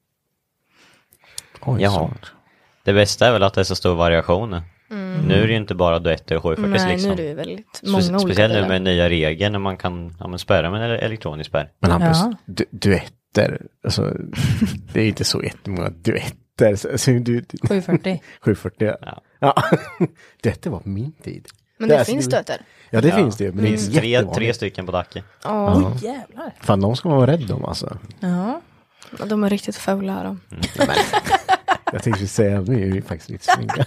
Det bästa är väl att det är så stor variation. Nu är det ju inte bara duetter och 740 liksom. liksom. Nu är det ju väldigt många olika. Speciellt nu med nya regler när man kan spärra med en elektronisk spärr. Men Hampus, duetter. Alltså, det är inte så jättemånga duetter. Alltså, 740. 740, ja. Duetter var på min tid. Men det finns duetter. Ja, det finns det ju. Det finns tre stycken på Dacke. Åh, jävlar. Fan, de ska man vara rädd om alltså. Ja. De är riktigt fula de. Jag tänkte säga, nu är ju faktiskt lite snygga.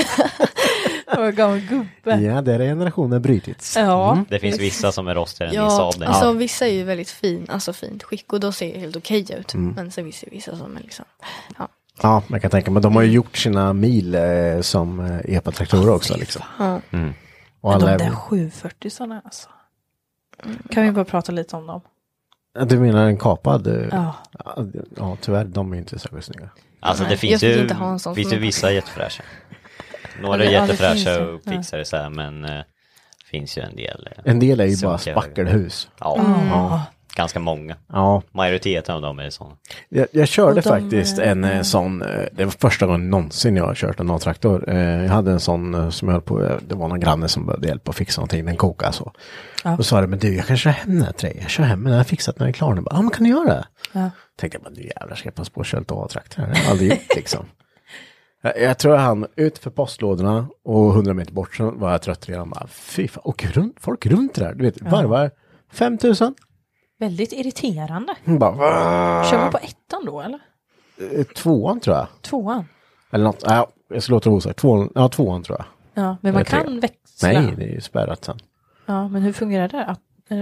Gammal gubbe. Ja, där är generationen brutits. Ja. Det finns vissa som är rostigare än Ja, Saab. alltså vissa är ju väldigt fint skick och då ser det helt okej ut. Men så vissa som är liksom, Ja, man kan tänka, men de har ju gjort sina mil som EPA-traktorer också liksom. Ja. Och Men alla de där 740 sådana alltså. Kan vi bara prata lite om dem? Du menar en kapad? Ja, tyvärr, de är inte särskilt snygga. Alltså det finns ju vissa jättefräscha. Några är jättefräscha och fixar så här, men finns ju en del. En del är ju bara spackelhus. Ja, ganska många. Ja. Majoriteten av dem är sådana. Jag körde faktiskt en sån, det var första gången någonsin jag har kört en A-traktor. Jag hade en sån som jag höll på, det var någon granne som behövde hjälp att fixa någonting, den kokade så. Ja. Och sa det, men du, jag kan köra hem den här till dig. Jag kör hem den, jag har fixat när jag är klar nu. Ja, men kan du göra det? Ja. Tänkte jag, men nu jävlar ska jag passa på att köra ett A-traktor. Det har jag aldrig gjort liksom. Jag tror han ut för postlådorna och 100 meter bort så var jag trött redan. Bara, fy fan, och folk runt där, du vet, varvar 5000. väldigt irriterande. Bara, kör man på ettan då, eller? Tvåan tror jag. Tvåan? Eller något, ja, jag ska låta det osagt. Tvåan tror jag. Ja, men man kan växla. Nej, det är ju spärrat sen. Ja, men hur fungerar det?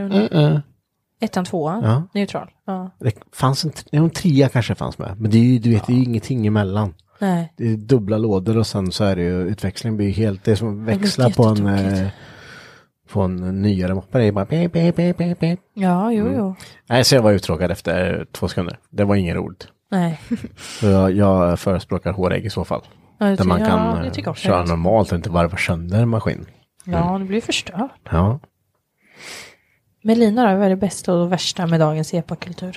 Ettan, tvåan, neutral. Ja. Det fanns en trea kanske fanns med. Men det är ju, du vet, det är ju ingenting emellan. Nej. Det är dubbla lådor och sen så är det ju, utväxlingen blir helt, det är som att växla på en nyare moppe. Det är bara pep. Ja, jo. Nej, så jag var uttråkad efter 2 sekunder. Det var ingen roligt. Nej. Så jag förespråkar hårägg i så fall. Ja, där man kan köra normalt och inte varva sönder maskin. Ja, det blir förstört. Ja. Melina då, vad är det bästa och värsta med dagens EPA-kultur?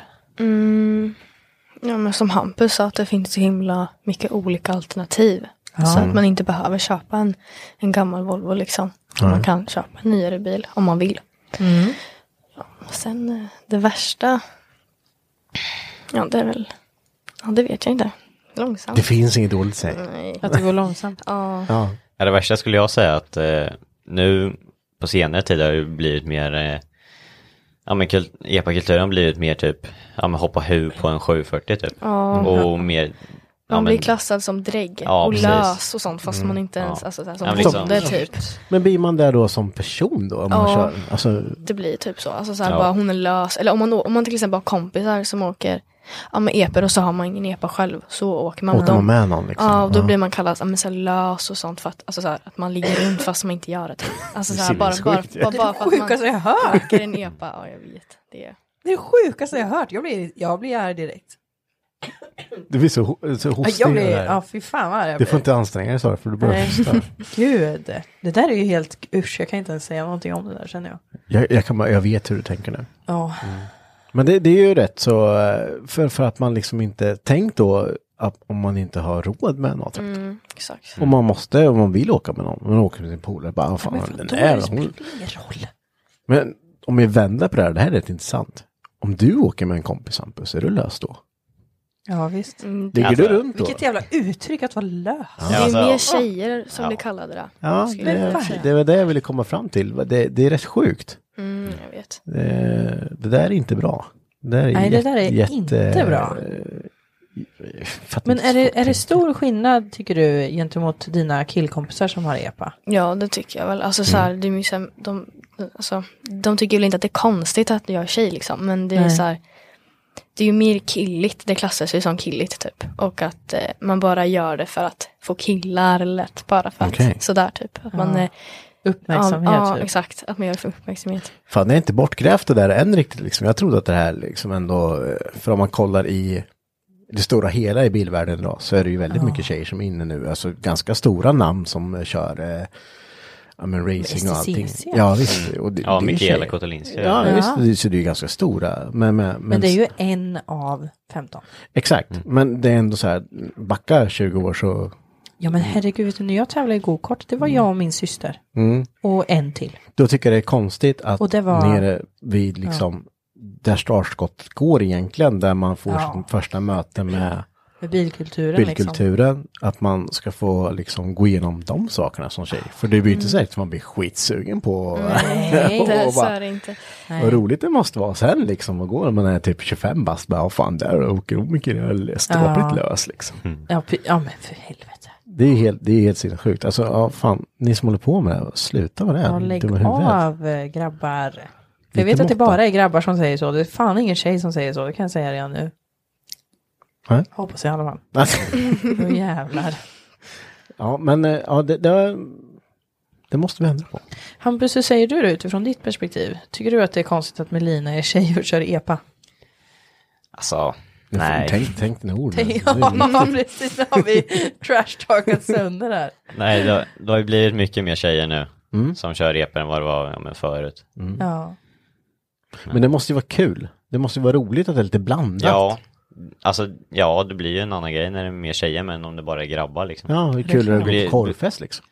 Ja, men som Hampus sa, att det finns så himla mycket olika alternativ. Så att man inte behöver köpa en gammal Volvo liksom. Man kan köpa en nyare bil om man vill. Ja, och sen det värsta, ja det är väl, det vet jag inte. Långsamt. Det finns inget dåligt att säga. Nej. Att det går långsamt. Ja, det värsta skulle jag säga att nu på senare tid har det blivit mer EPA-kulturen har blivit mer typ hoppa hu på en 740 typ. Och mer man blir klassad som drägg och lös och sånt fast man inte ens som bonde typ. Men blir man där då som person då? Om man kör, alltså... Det blir typ så. Alltså såhär, bara hon är lös. Eller om man till exempel har kompisar som åker med EPA och så har man ingen EPA själv så åker man med dem. Med någon liksom. Ja, och då blir man kallad så lös och sånt för att, alltså, såhär, att man ligger runt fast man inte gör det. Typ. Alltså såhär, bara för att man åker en EPA. Ja, jag vet. Det är det sjukaste jag har hört. Jag blir arg direkt. Du blir så hostig. Fy fan vad jag du får inte anstränga dig så för du börjar hosta. Gud, det där är ju helt jag kan inte ens säga någonting om det där känner jag. Jag vet hur du tänker nu. Ja. Men det är ju rätt så för att man liksom inte tänkt då att om man inte har råd med något. Exakt. Och man måste, om man vill åka med någon, man åker med sin polare bara fan den är ingen roll. Men om vi vänder på det här är rätt intressant. Om du åker med en kompis Hampus, är du lös då? Ja visst. Ligger du runt då? Vilket jävla uttryck att vara lös. Ja. Det är ju mer tjejer som det kallade det. Ja, det var det jag ville komma fram till. Det är rätt sjukt. Jag vet. Det där är inte bra. Det där är inte bra. Men är det stor skillnad tycker du gentemot dina killkompisar som har EPA? Ja, det tycker jag väl. Alltså så här, det är de tycker väl inte att det är konstigt att jag är tjej liksom, men det är så här, det är ju mer killigt, det klassas ju som killigt typ. Och att man bara gör det för att få killar eller bara för att sådär typ. Att man är uppmärksamhet. Ja, exakt. Att man gör det för uppmärksamhet. Fan, det är inte bortgrävt det där än riktigt liksom. Jag trodde att det här liksom ändå, för om man kollar i det stora hela i bilvärlden idag så är det ju väldigt mycket tjejer som är inne nu. Alltså ganska stora namn som kör racing och allting. Ja, visst. Och Mikaela Kotolinska. Ja, visst. Så det är ju ganska stora. Men det är ju en av 15. Exakt. Men det är ändå så här, backa 20 år så... Ja, men herregud, när jag tävlade i go-kart, det var jag och min syster. Och en till. Då tycker jag det är konstigt att och det var... nere vid liksom där startskottet går egentligen, där man får sitt första möte med bilkulturen, att man ska få liksom gå igenom de sakerna som tjej. För det blir inte säkert att man blir skitsugen på så är det inte. Vad roligt det måste vara sen liksom att gå när man är typ 25 bast, bara fan där åker mycket stråpligt lös liksom. Ja men för helvete. Det är helt sinnessjukt. Alltså fan, ni som håller på med det, sluta med det. Ja, lägg av grabbar. Jag vet att det bara är grabbar som säger så. Det är fan ingen tjej som säger så, det kan jag säga redan nu. Hoppas jag i alla fall. Åh jävlar. Ja, men det måste vi ändra på. Hampus, hur säger du det utifrån ditt perspektiv? Tycker du att det är konstigt att Melina är tjej och kör EPA? Alltså, nej. Tänk den ord. Ja, precis. Nu har vi trash-talkat sönder här. Nej, det har ju blivit mycket mer tjejer nu som kör EPA än vad det var förut. Ja. Men det måste ju vara kul. Det måste ju vara roligt att det är lite blandat. Ja. Alltså, det blir ju en annan grej när det är mer tjejer, men om det bara är grabbar liksom. Ja, det är kul att det blir korvfest liksom.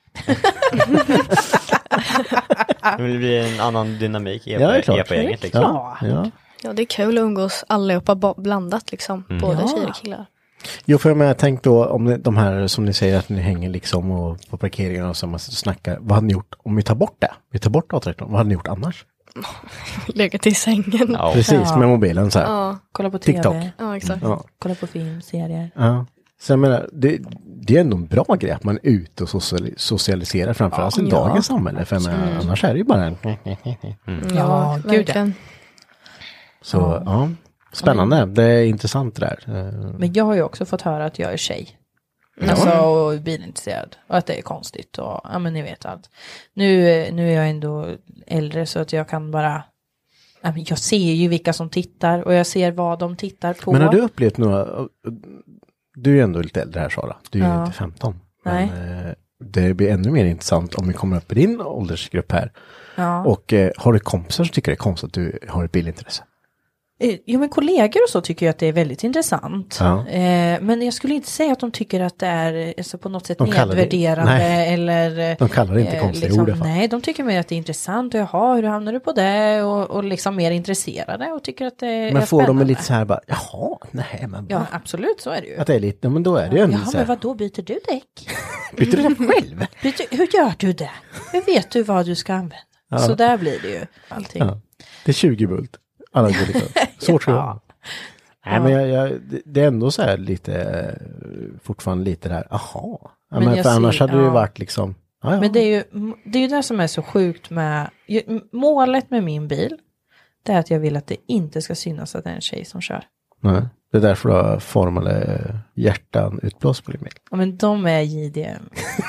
Det blir en annan dynamik i EPA-gänget liksom. Ja, det är kul att umgås allihopa blandat liksom, både tjejer och killar. Jo, för jag tänkte då om de här som ni säger att ni hänger liksom och på parkeringarna och så man snackar, vad hade ni gjort om vi tar bort det? Vi tar bort A13, vad hade ni gjort annars? Legat i sängen. Ja. Precis, med mobilen så här. Ja. Kolla på TV. TikTok. Ja, exakt. Ja. Kolla på film, serier. Ja. Så jag menar, det är ändå en bra grej att man är ute och socialiserar framförallt i dagens samhälle. För annars är det ju bara en... Ja, verkligen. Så, spännande. Det är intressant det där. Men jag har ju också fått höra att jag är tjej. Alltså, och bilintresserad. Och att det är konstigt. Och, ja, men ni vet allt. Nu är jag ändå äldre så att jag kan bara... Jag ser ju vilka som tittar. Och jag ser vad de tittar på. Men har du upplevt några... Du är ju ändå lite äldre här, Sara. Du är ju inte 15. Nej. Men det blir ännu mer intressant om vi kommer upp i din åldersgrupp här. Ja. Och har du kompisar som tycker det är konstigt att du har ett bilintresse? Jo, men kollegor och så tycker jag att det är väldigt intressant. Ja. Men jag skulle inte säga att de tycker att det är alltså, på något sätt nedvärderande. Eller, de kallar det inte konstiga liksom, ord. Nej, de tycker mer att det är intressant. Och jaha, hur hamnar du på det? Och liksom mer intresserade och tycker att det är spännande. Men får spännande. de lite så här bara, jaha, nej men. Ja, absolut, så är det ju. Att det är lite, men då är det ju ändå ja, så men vad då byter du däck? Byter du däck själv? Hur gör du det? Hur vet du vad du ska använda? Ja. Så där blir det ju allting. Ja. Det är 20 volt. Alla går lite. Svårt tror jag. Nej, men det är ändå så här lite, fortfarande lite där, aha. Ja, men för annars hade det ju varit liksom, Men det är ju det som är så sjukt med, målet med min bil, det är att jag vill att det inte ska synas att det är en tjej som kör. Nej, det är därför du har formade hjärtan utblåst på din bil. Ja, men de är JDM.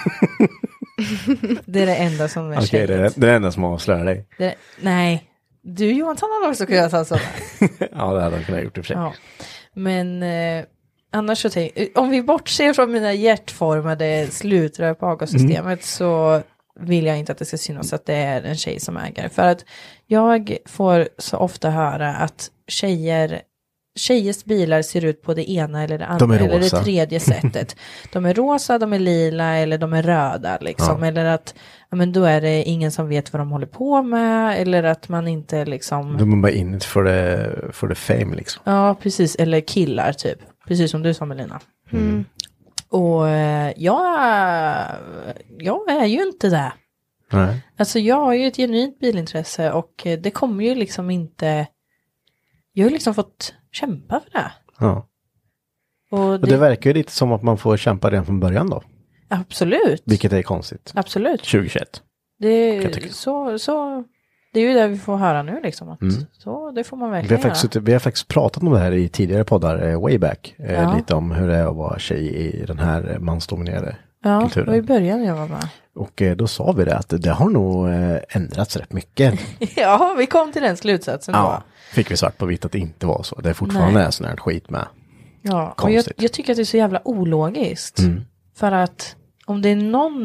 Det är det enda som är Okej, det är det enda som avslöjar dig. Nej. Du Johansson hade också kunnat ta sådär. Ja, det hade han kunnat gjort i och för sig. Ja. Men annars så om vi bortser från mina hjärtformade slutrör på avgassystemet så vill jag inte att det ska synas att det är en tjej som äger. För att jag får så ofta höra att tjejers bilar ser ut på det ena eller det andra eller det tredje sättet. De är rosa, de är lila eller de är röda liksom. Ja. Eller att men då är det ingen som vet vad de håller på med eller att man inte liksom... De är bara in för det fame liksom. Ja, precis. Eller killar typ. Precis som du sa, Melina. Och jag är ju inte det. Nej. Alltså jag har ju ett genuint bilintresse och det kommer ju liksom inte... Jag har liksom fått kämpa för det. Ja. Och det verkar ju lite som att man får kämpa redan från början då. Absolut. Vilket är konstigt. Absolut. 2021. Det är det är ju det vi får höra nu liksom. Att så det får man verkligen vi har faktiskt pratat om det här i tidigare poddar, way back. Lite om hur det är att vara tjej i den här mansdominerade kulturen. Ja, i början jag var med. Och då sa vi det att det har nog ändrats rätt mycket. Ja, vi kom till den slutsatsen då. Fick vi svart på vitt att det inte var så. Det är fortfarande en sån här skit med. Ja, och jag tycker att det är så jävla ologiskt. För att om det är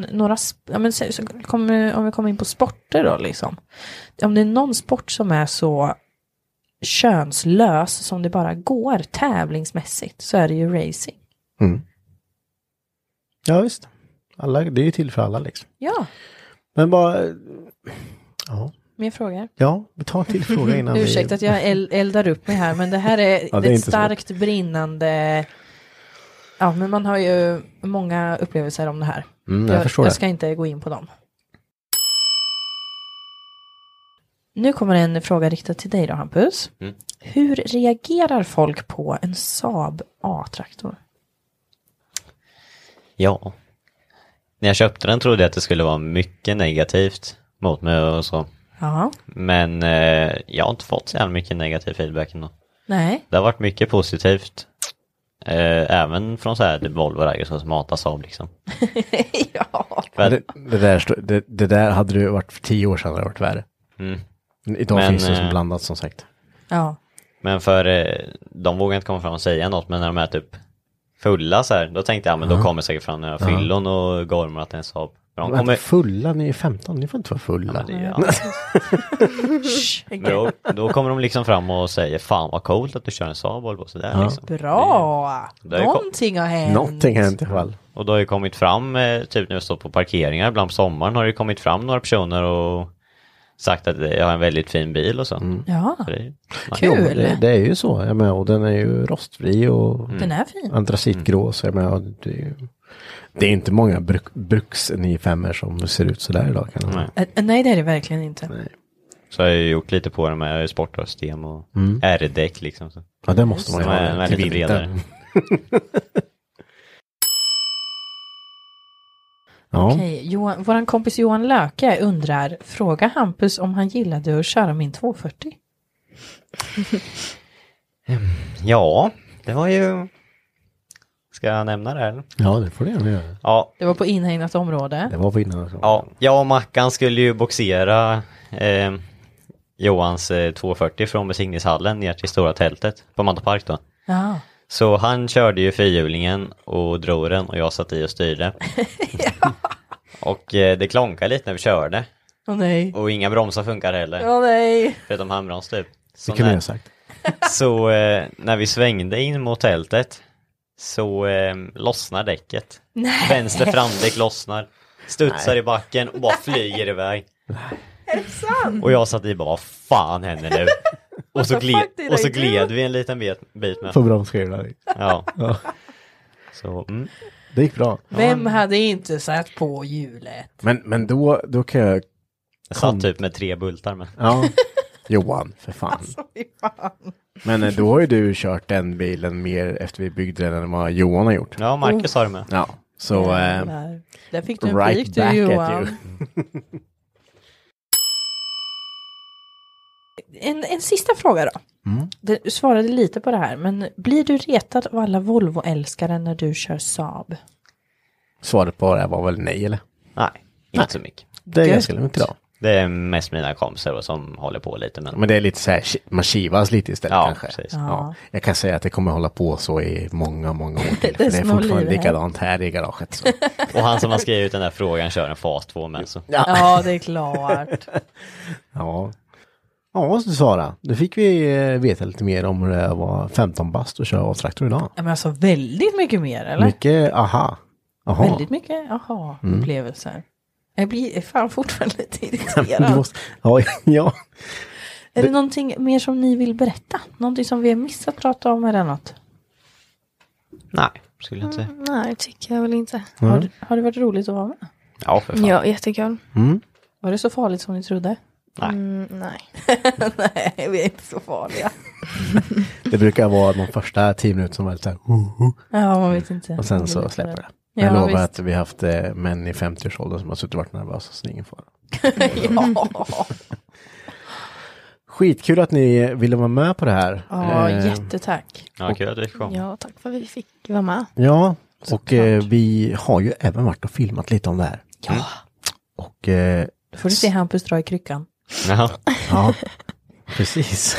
om vi kommer in på sporter då liksom. Om det är någon sport som är så könslös som det bara går tävlingsmässigt så är det ju racing. Ja visst. Det är ju till för alla liksom. Ja. Men bara... Mer frågor? Ja, vi tar till fråga innan Ursäkta att jag eldar upp mig här, men det här är, det är ett starkt så. Brinnande... Ja, men man har ju många upplevelser om det här. Jag ska inte gå in på dem. Nu kommer en fråga riktad till dig då, Hampus. Hur reagerar folk på en Saab A-traktor? Ja. När jag köpte den trodde jag att det skulle vara mycket negativt mot mig och så. Ja. Men jag har inte fått så jävla mycket negativ feedback ändå. Nej. Det har varit mycket positivt. Även från så här Volvo som hatar Saab liksom. Ja. Det där hade det varit för 10 år sedan hade det varit värre. Idag finns det som blandat som sagt. Ja. Men för de vågar inte komma fram och säga något, men när de är typ fulla så här, då tänkte jag, men då kommer säkert fram några fyllon och gormar att det är en Saab. De kommer fulla, ni är 15, ni får inte vara fulla. Men då kommer de liksom fram och säger, fan vad coolt att du kör en Saab Volvo så där liksom. Bra! Någonting har hänt. Någonting har hänt i alla fall. Och då har ju kommit fram, typ när vi står på parkeringar, ibland på sommaren har det kommit fram några personer och sagt att jag har en väldigt fin bil och så. Ja, kul. Det är ju så, jag menar, och den är ju rostfri och den är fin. Antracitgrå, så jag menar, det är inte många bruks 95 som ser ut så där idag. Nej, det är det verkligen inte. Nej. Så jag har ju gjort lite på det med sportsystem och R-däck liksom. Så. Ja, det måste man ju ha till lite bredare. Ja. Okej, våran kompis Johan Löke undrar, fråga Hampus om han gillade att köra min 240. Ja, det var ju... Ska jag nämna det här? Ja, det får det gärna göra. Ja. Det var på inhägnat område. Det var på inhägnat område. Ja, jag och Mackan skulle ju boxera Johans 240 från besigningshallen ner till stora tältet på Mantorpark då. Ja. Så han körde ju fyrhjulingen och drog den och jag satt i och styrde. Ja. Och det klonkade lite när vi körde. Åh nej. Och inga bromsar funkar heller. Åh nej. Förutom handbroms typ. Så det kunde jag sagt. Så när vi svängde in mot tältet så lossnar däcket. Nej. Vänster framdäck lossnar. Studsar i backen och bara flyger iväg. Är det sant? Och jag satt i bara, vad fan händer nu? Och så gled vi en liten bit med. På bromsskivlarna. Ja. Så, Det gick bra. Vem hade inte satt på hjulet? Men då kan jag... Jag satt typ med 3 bultar med. Ja. Johan, för fan. Alltså, fan. Men då har ju du kört den bilen mer efter vi byggde den än vad Johan har gjort. Ja, Marcus har det med. Ja, så... Där fick du en right pik du, back Johan. at you. En sista fråga då. Du svarade lite på det här, men blir du retad av alla Volvo-älskare när du kör Saab? Svaret på det var väl nej, eller? Nej, inte så mycket. Det är ganska lugnt idag. Det är mest mina kompisar som håller på lite. Men det är lite så här, man kivas lite istället kanske. Precis. Ja. Jag kan säga att det kommer hålla på så i många år till. För det är fortfarande likadant här i garaget. Så. Och han som har skrivit ut den här frågan kör en fas 2 med. Så. Ja, det är klart. Ja, Sara. Nu fick vi veta lite mer om hur det var 15 bast och köra A-traktor idag. Ja, men alltså väldigt mycket mer, eller? Mycket, aha. Väldigt mycket, upplevelser. Jag blir fan fortfarande lite irriterad. Ja. Är det någonting mer som ni vill berätta? Någonting som vi har missat att prata om eller något? Nej, skulle jag inte säga. Nej, tycker jag väl inte. Har det varit roligt att vara med? Ja, för fan. Ja, jättekul. Var det så farligt som ni trodde? Nej. Nej. Nej, vi är inte så farliga. Det brukar vara de första 10 minuter som var lite så här, Ja, man vet inte. och sen så släpper det. Ja, jag lovar visst. att vi har haft män i 50-årsåldern som har suttit och varit nervösa, så det är ingen fara. Ja. Skitkul att ni ville vara med på det här. Ja, jättetack. Ja, kul att du kom. Ja, tack för att vi fick vara med. Ja, och vi har ju även varit och filmat lite om det här. Ja. Och Då får du se Hampus dra i kryckan. Jaha. ja, precis.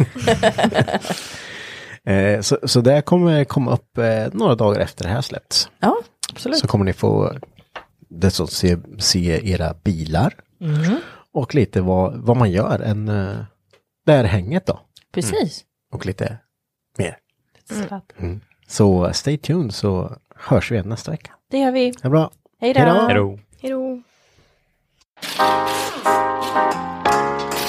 Så det kommer komma upp några dagar efter det här släppts. Ja, absolut. Så kommer ni få se era bilar. Och lite vad man gör det här hänget då. Precis. Och lite mer. Så stay tuned, så hörs vi igen nästa vecka. Det gör vi. Det är bra. Hej då. Hej då. Hej då.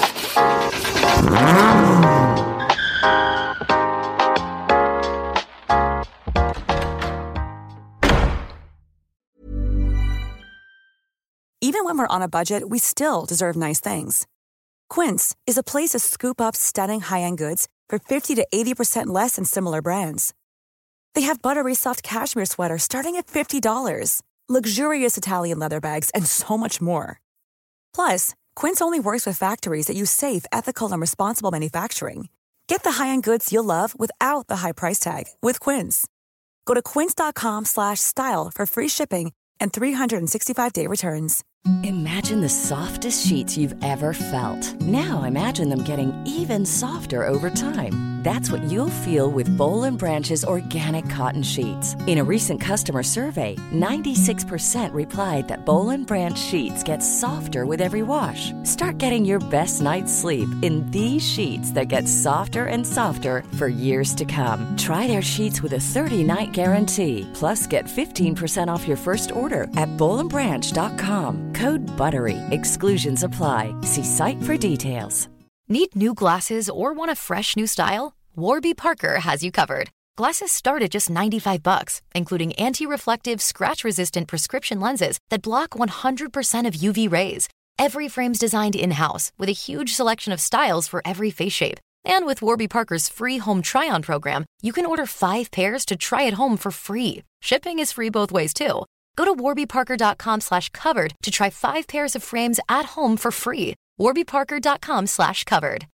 when we're on a budget, we still deserve nice things. Quince is a place to scoop up stunning high-end goods for 50 to 80% less than similar brands. They have buttery soft cashmere sweaters starting at $50, luxurious Italian leather bags, and so much more. Plus, Quince only works with factories that use safe, ethical, and responsible manufacturing. Get the high-end goods you'll love without the high price tag with Quince. Go to quince.com/style for free shipping and 365-day returns. Imagine the softest sheets you've ever felt. Now imagine them getting even softer over time. That's what you'll feel with Boll & Branch's organic cotton sheets. In a recent customer survey, 96% replied that Boll & Branch sheets get softer with every wash. Start getting your best night's sleep in these sheets that get softer and softer for years to come. Try their sheets with a 30-night guarantee. Plus, get 15% off your first order at bollandbranch.com. Code BUTTERY. Exclusions apply. See site for details. Need new glasses or want a fresh new style? Warby Parker has you covered. Glasses start at just $95, including anti-reflective, scratch-resistant prescription lenses that block 100% of UV rays. Every frame's designed in-house with a huge selection of styles for every face shape. And with Warby Parker's free home try-on program, you can order 5 pairs to try at home for free. Shipping is free both ways, too. Go to warbyparker.com/covered to try 5 pairs of frames at home for free. warbyparker.com/covered.